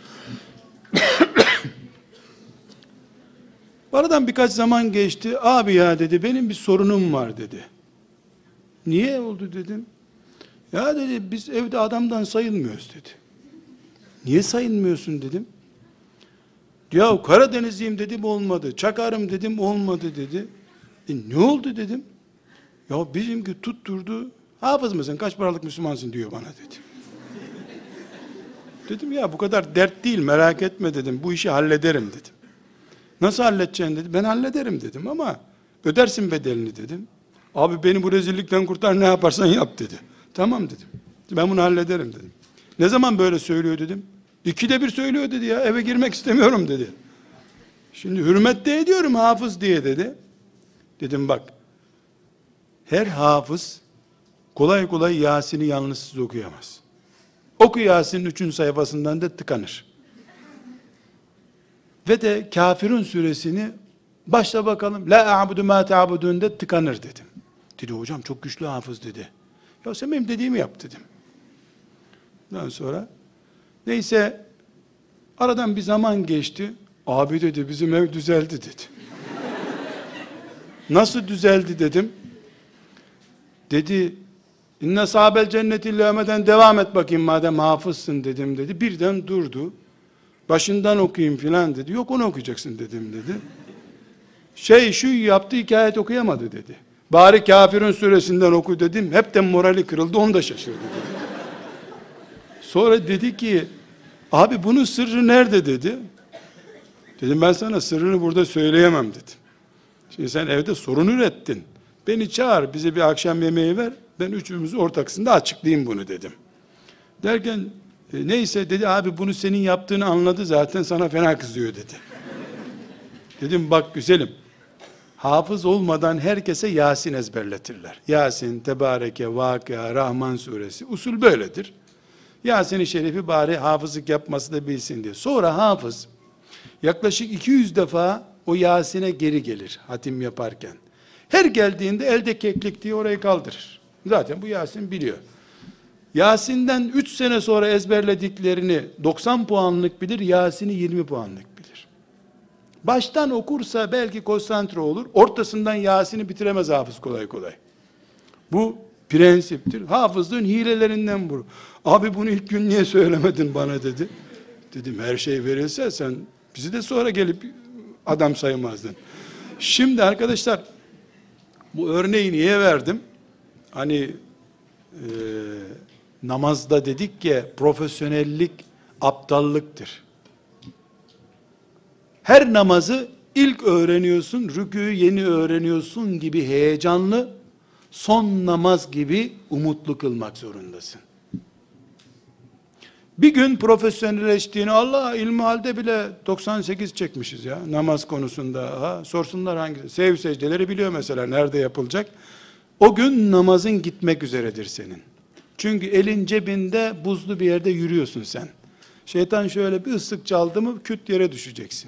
Aradan birkaç zaman geçti. Abi ya dedi, benim bir sorunum var dedi. Niye oldu dedim. Ya dedi, biz evde adamdan sayılmıyoruz dedi. Niye sayılmıyorsun dedim. Ya Karadenizliyim dedim olmadı. Çakarım dedim olmadı dedi. E ne oldu dedim. Ya bizimki tutturdu. Hafız mısın? Kaç paralık Müslümansın diyor bana dedi. Dedim ya bu kadar dert değil, merak etme dedim. Bu işi hallederim dedim. Nasıl halledeceksin dedi. Ben hallederim dedim ama ödersin bedelini dedim. Abi beni bu rezillikten kurtar, ne yaparsan yap dedi. Tamam dedim. Ben bunu hallederim dedim. Ne zaman böyle söylüyor dedim. İkide bir söylüyor dedi ya, eve girmek istemiyorum dedi. Şimdi hürmet de ediyorum hafız diye dedi. Dedim bak, her hafız kolay kolay Yasin'i yalnızsız okuyamaz. Oku Yasin'in üçüncü sayfasından da tıkanır. Ve de Kafirun suresini başla bakalım. La a'budu ma ta'budun de tıkanır dedim. Dedi hocam çok güçlü hafız dedi. Ya sen benim dediğimi yap dedim. Ondan sonra neyse aradan bir zaman geçti. Abi dedi bizim ev düzeldi dedi. Nasıl düzeldi dedim. Dedi İnne sahabel cenneti illâmeden devam et bakayım madem hafızsın dedim dedi. Birden durdu. Başından okuyayım filan dedi. Yok onu okuyacaksın dedim dedi. Şey şu yaptı hikayet okuyamadı dedi. Bari Kafirun suresinden oku dedim. Hepten morali kırıldı, onu da şaşırdı dedi. Sonra dedi ki abi bunun sırrı nerede dedi. Dedim ben sana sırrını burada söyleyemem dedim. Şimdi sen evde sorun ürettin. Beni çağır, bize bir akşam yemeği ver. Ben üçümüz ortaksında açıklayayım bunu dedim. Derken e, neyse dedi abi bunu senin yaptığını anladı zaten sana fena kızıyor dedi. Dedim bak güzelim. Hafız olmadan herkese Yasin ezberletirler. Yasin, Tebareke, Vakıa, Rahman suresi. Usul böyledir. Yasin-i Şerif'i bari hafızlık yapması da bilsin diye. Sonra hafız yaklaşık iki yüz defa o Yasin'e geri gelir hatim yaparken. Her geldiğinde elde keklik diye orayı kaldırır. Zaten bu Yasin biliyor. Yasin'den üç sene sonra ezberlediklerini doksan puanlık bilir, Yasin'i yirmi puanlık bilir. Baştan okursa belki konsantre olur, ortasından Yasin'i bitiremez hafız kolay kolay. Bu prensiptir. Hafızlığın hilelerinden bu. Abi bunu ilk gün niye söylemedin bana dedi. Dedim her şey verilse sen bizi de sonra gelip adam saymazdın. Şimdi arkadaşlar bu örneği niye verdim? Hani e, namazda dedik ki profesyonellik aptallıktır. Her namazı ilk öğreniyorsun, rükûyu yeni öğreniyorsun gibi heyecanlı, son namaz gibi umutlu kılmak zorundasın. Bir gün profesyonelleştiğini, Allah ilmihalde bile doksan sekiz çekmişiz ya namaz konusunda. Ha, sorsunlar hangisi? Sev secdeleri biliyor mesela nerede yapılacak. O gün namazın gitmek üzeredir senin. Çünkü elin cebinde buzlu bir yerde yürüyorsun sen. Şeytan şöyle bir ıslık çaldı mı küt yere düşeceksin.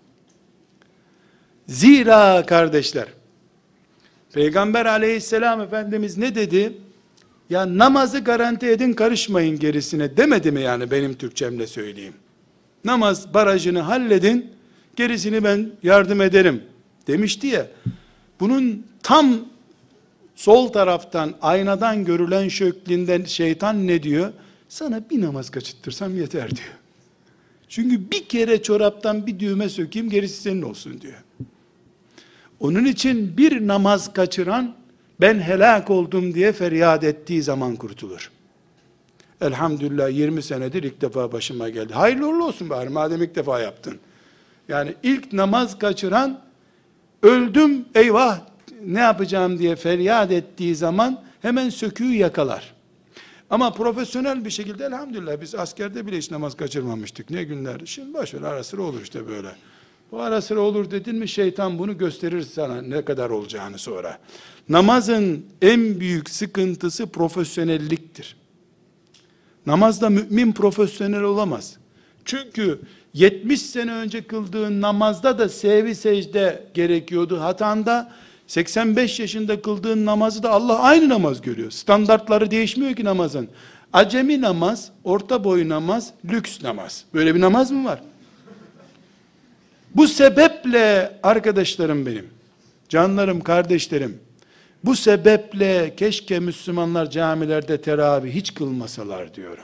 Zira kardeşler, Peygamber aleyhisselam Efendimiz ne dedi? Ya namazı garanti edin karışmayın gerisine demedi mi yani benim Türkçemle söyleyeyim. Namaz barajını halledin gerisini ben yardım ederim demişti ya. Bunun tam sol taraftan aynadan görülen şeklinden şeytan ne diyor? Sana bir namaz kaçırtırsam yeter diyor. Çünkü bir kere çoraptan bir düğme sökeyim gerisi senin olsun diyor. Onun için bir namaz kaçıran ben helak oldum diye feryat ettiği zaman kurtulur. Elhamdülillah yirmi senedir ilk defa başıma geldi. Hayırlı uğurlu olsun bari madem ilk defa yaptın. Yani ilk namaz kaçıran öldüm eyvah ne yapacağım diye feryat ettiği zaman hemen söküğü yakalar. Ama profesyonel bir şekilde elhamdülillah biz askerde bile hiç namaz kaçırmamıştık. Ne günler. Şimdi başver ara sıra olur işte böyle. Bu ara sıra olur dedin mi şeytan bunu gösterir sana ne kadar olacağını sonra. Namazın en büyük sıkıntısı profesyonelliktir. Namazda mümin profesyonel olamaz. Çünkü yetmiş sene önce kıldığın namazda da sevi secde gerekiyordu. Hatanda seksen beş yaşında kıldığın namazı da Allah aynı namaz görüyor. Standartları değişmiyor ki namazın. Acemi namaz, orta boy namaz, lüks namaz. Böyle bir namaz mı var? Bu sebeple arkadaşlarım benim, canlarım, kardeşlerim, bu sebeple keşke Müslümanlar camilerde teravih hiç kılmasalar diyorum.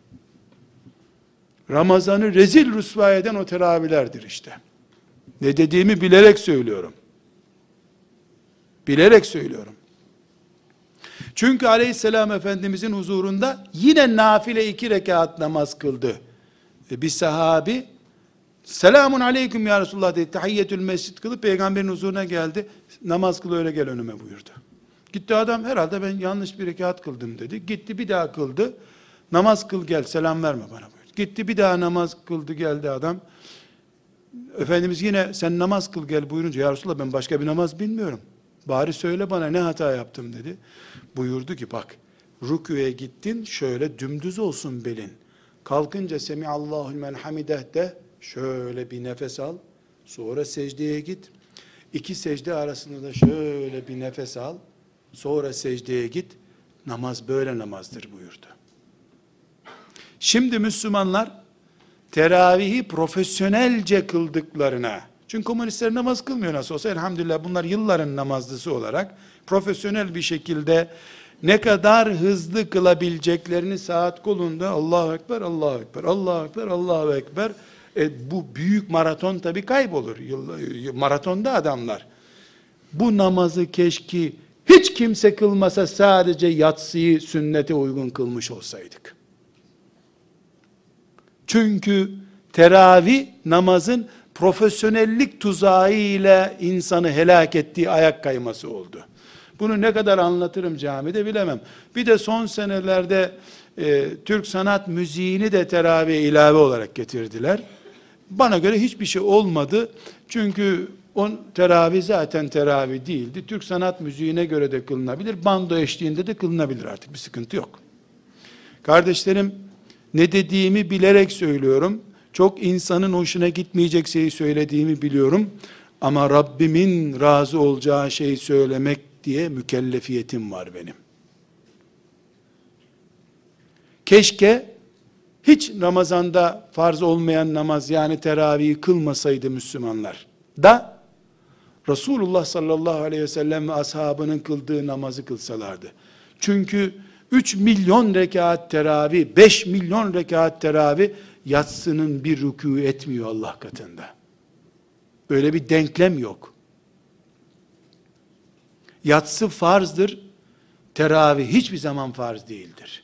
Ramazan'ı rezil rüsva eden o teravihlerdir işte. Ne dediğimi bilerek söylüyorum. Bilerek söylüyorum. Çünkü aleyhisselam Efendimizin huzurunda yine nafile iki rekat namaz kıldı. Bir sahabi, selamun aleyküm ya Resulullah dedi, tahiyyetül mescid kılıp peygamberin huzuruna geldi. Namaz kıl öyle gel önüme buyurdu. Gitti adam, herhalde ben yanlış bir rekat kıldım dedi. Gitti bir daha kıldı. Namaz kıl gel, selam verme bana buyurdu. Gitti bir daha namaz kıldı geldi adam. Efendimiz yine sen namaz kıl gel buyurunca, ya Resulallah ben başka bir namaz bilmiyorum. Bari söyle bana ne hata yaptım dedi. Buyurdu ki bak, rüküye gittin, şöyle dümdüz olsun belin. Kalkınca Semiallahu limen hamideh de, şöyle bir nefes al. Sonra secdeye git. İki secde arasında da şöyle bir nefes al. Sonra secdeye git. Namaz böyle namazdır buyurdu. Şimdi Müslümanlar teravihi profesyonelce kıldıklarına, çünkü komünistler namaz kılmıyor nasıl olsa, elhamdülillah bunlar yılların namazlısı olarak profesyonel bir şekilde ne kadar hızlı kılabileceklerini saat kolunda Allahu Ekber, Allahu Ekber, Allahu Ekber, Allahu Ekber. E, bu büyük maraton tabii kaybolur. Maratonda adamlar. Bu namazı keşke hiç kimse kılmasa, sadece yatsıyı sünnete uygun kılmış olsaydık. Çünkü teravih namazın profesyonellik tuzağı ile insanı helak ettiği ayak kayması oldu. Bunu ne kadar anlatırım camide bilemem. Bir de son senelerde e, Türk sanat müziğini de teravihe ilave olarak getirdiler. Bana göre hiçbir şey olmadı. Çünkü on teravih zaten teravih değildi. Türk sanat müziğine göre de kılınabilir. Bando eşliğinde de kılınabilir, artık bir sıkıntı yok. Kardeşlerim, ne dediğimi bilerek söylüyorum. Çok insanın hoşuna gitmeyecek şeyi söylediğimi biliyorum. Ama Rabbimin razı olacağı şeyi söylemek diye mükellefiyetim var benim. Keşke hiç Ramazan'da farz olmayan namaz, yani teravihi kılmasaydı Müslümanlar da Resulullah sallallahu aleyhi ve sellem ve ashabının kıldığı namazı kılsalardı. Çünkü üç milyon rekat teravih, beş milyon rekat teravih yatsının bir rükû etmiyor Allah katında. Böyle bir denklem yok. Yatsı farzdır, teravih hiçbir zaman farz değildir.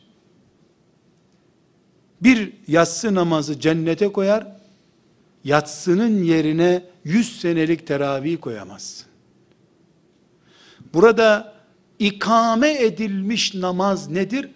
Bir yatsı namazı cennete koyar, yatsının yerine yüz senelik teravih koyamazsın. Burada ikame edilmiş namaz nedir?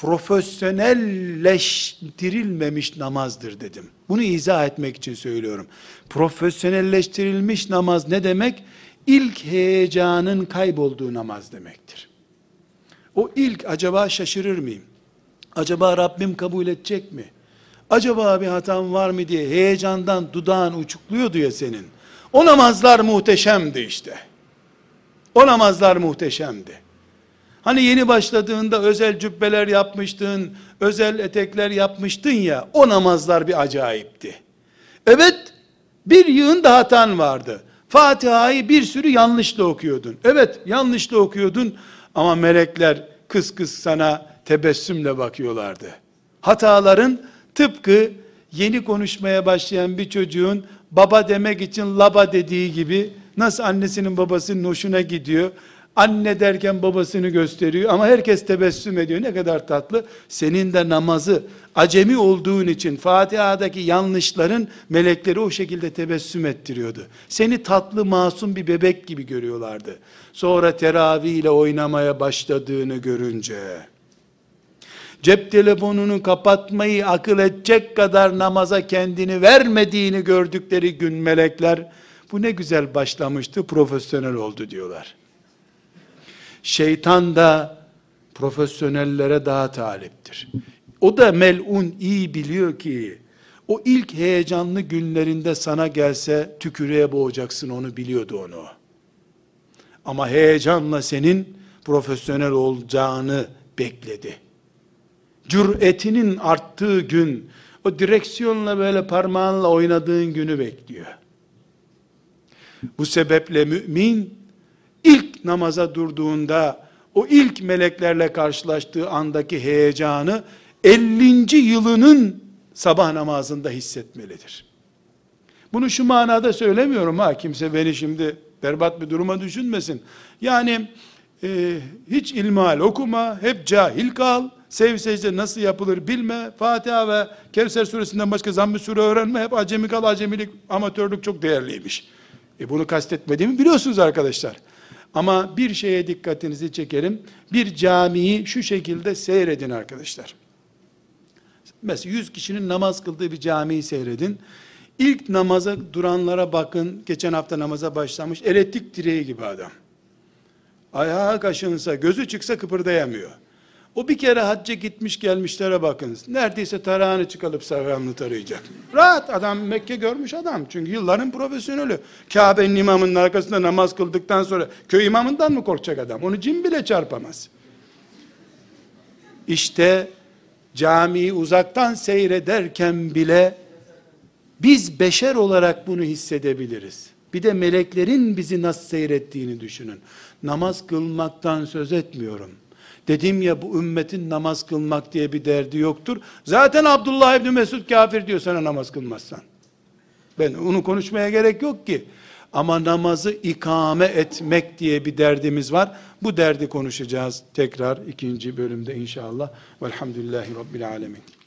Profesyonelleştirilmemiş namazdır dedim. Bunu izah etmek için söylüyorum. Profesyonelleştirilmiş namaz ne demek? İlk heyecanın kaybolduğu namaz demektir. O ilk, acaba şaşırır mıyım? Acaba Rabbim kabul edecek mi? Acaba bir hatam var mı diye heyecandan dudağın uçukluyordu ya senin. O namazlar muhteşemdi işte. O namazlar muhteşemdi. Hani yeni başladığında özel cübbeler yapmıştın, özel etekler yapmıştın ya, o namazlar bir acayipti. Evet, bir yığında hatan vardı. Fatiha'yı bir sürü yanlışla okuyordun. Evet, yanlışla okuyordun ama melekler kıs kıs sana tebessümle bakıyorlardı. Hataların tıpkı yeni konuşmaya başlayan bir çocuğun baba demek için laba dediği gibi, nasıl annesinin babasının hoşuna gidiyor, anne derken babasını gösteriyor ama herkes tebessüm ediyor, ne kadar tatlı. Senin de namazı acemi olduğun için Fatiha'daki yanlışların melekleri o şekilde tebessüm ettiriyordu. Seni tatlı, masum bir bebek gibi görüyorlardı. Sonra teravih ile oynamaya başladığını görünce, cep telefonunu kapatmayı akıl edecek kadar namaza kendini vermediğini gördükleri gün melekler, bu ne güzel başlamıştı, profesyonel oldu diyorlar. Şeytan da profesyonellere daha taliptir. O da melun iyi biliyor ki, o ilk heyecanlı günlerinde sana gelse tükürüğe boğacaksın, onu biliyordu onu. Ama heyecanla senin profesyonel olacağını bekledi. Cüretinin arttığı gün, o direksiyonla böyle parmağınla oynadığın günü bekliyor. Bu sebeple mümin, İlk namaza durduğunda, o ilk meleklerle karşılaştığı andaki heyecanı, ellinci yılının sabah namazında hissetmelidir. Bunu şu manada söylemiyorum ha, kimse beni şimdi berbat bir duruma düşünmesin. Yani e, hiç ilmihal okuma, hep cahil kal, sev secde nasıl yapılır bilme, Fatiha ve Kevser suresinden başka zamm-ı sure öğrenme, hep acemi kal, acemilik, amatörlük çok değerliymiş. E bunu kastetmediğimi biliyorsunuz arkadaşlar. Ama bir şeye dikkatinizi çekelim. Bir camiyi şu şekilde seyredin arkadaşlar. Mesela yüz kişinin namaz kıldığı bir camiyi seyredin. İlk namaza duranlara bakın. Geçen hafta namaza başlamış. Elektrik direği gibi adam. Ayağı kaşınsa, gözü çıksa kıpırdayamıyor. O bir kere hacca gitmiş gelmişlere bakınız. Neredeyse tarağını çıkarıp saramını tarayacak. Rahat adam, Mekke görmüş adam. Çünkü yılların profesyoneli. Kabe'nin imamının arkasında namaz kıldıktan sonra köy imamından mı korkacak adam? Onu cin bile çarpamaz. İşte camiyi uzaktan seyrederken bile biz beşer olarak bunu hissedebiliriz. Bir de meleklerin bizi nasıl seyrettiğini düşünün. Namaz kılmaktan söz etmiyorum. Dedim ya, bu ümmetin namaz kılmak diye bir derdi yoktur. Zaten Abdullah İbni Mesud kafir diyor sana namaz kılmazsan. Ben onu konuşmaya gerek yok ki. Ama namazı ikame etmek diye bir derdimiz var. Bu derdi konuşacağız tekrar ikinci bölümde inşallah. Velhamdülillahi Rabbil Alemin.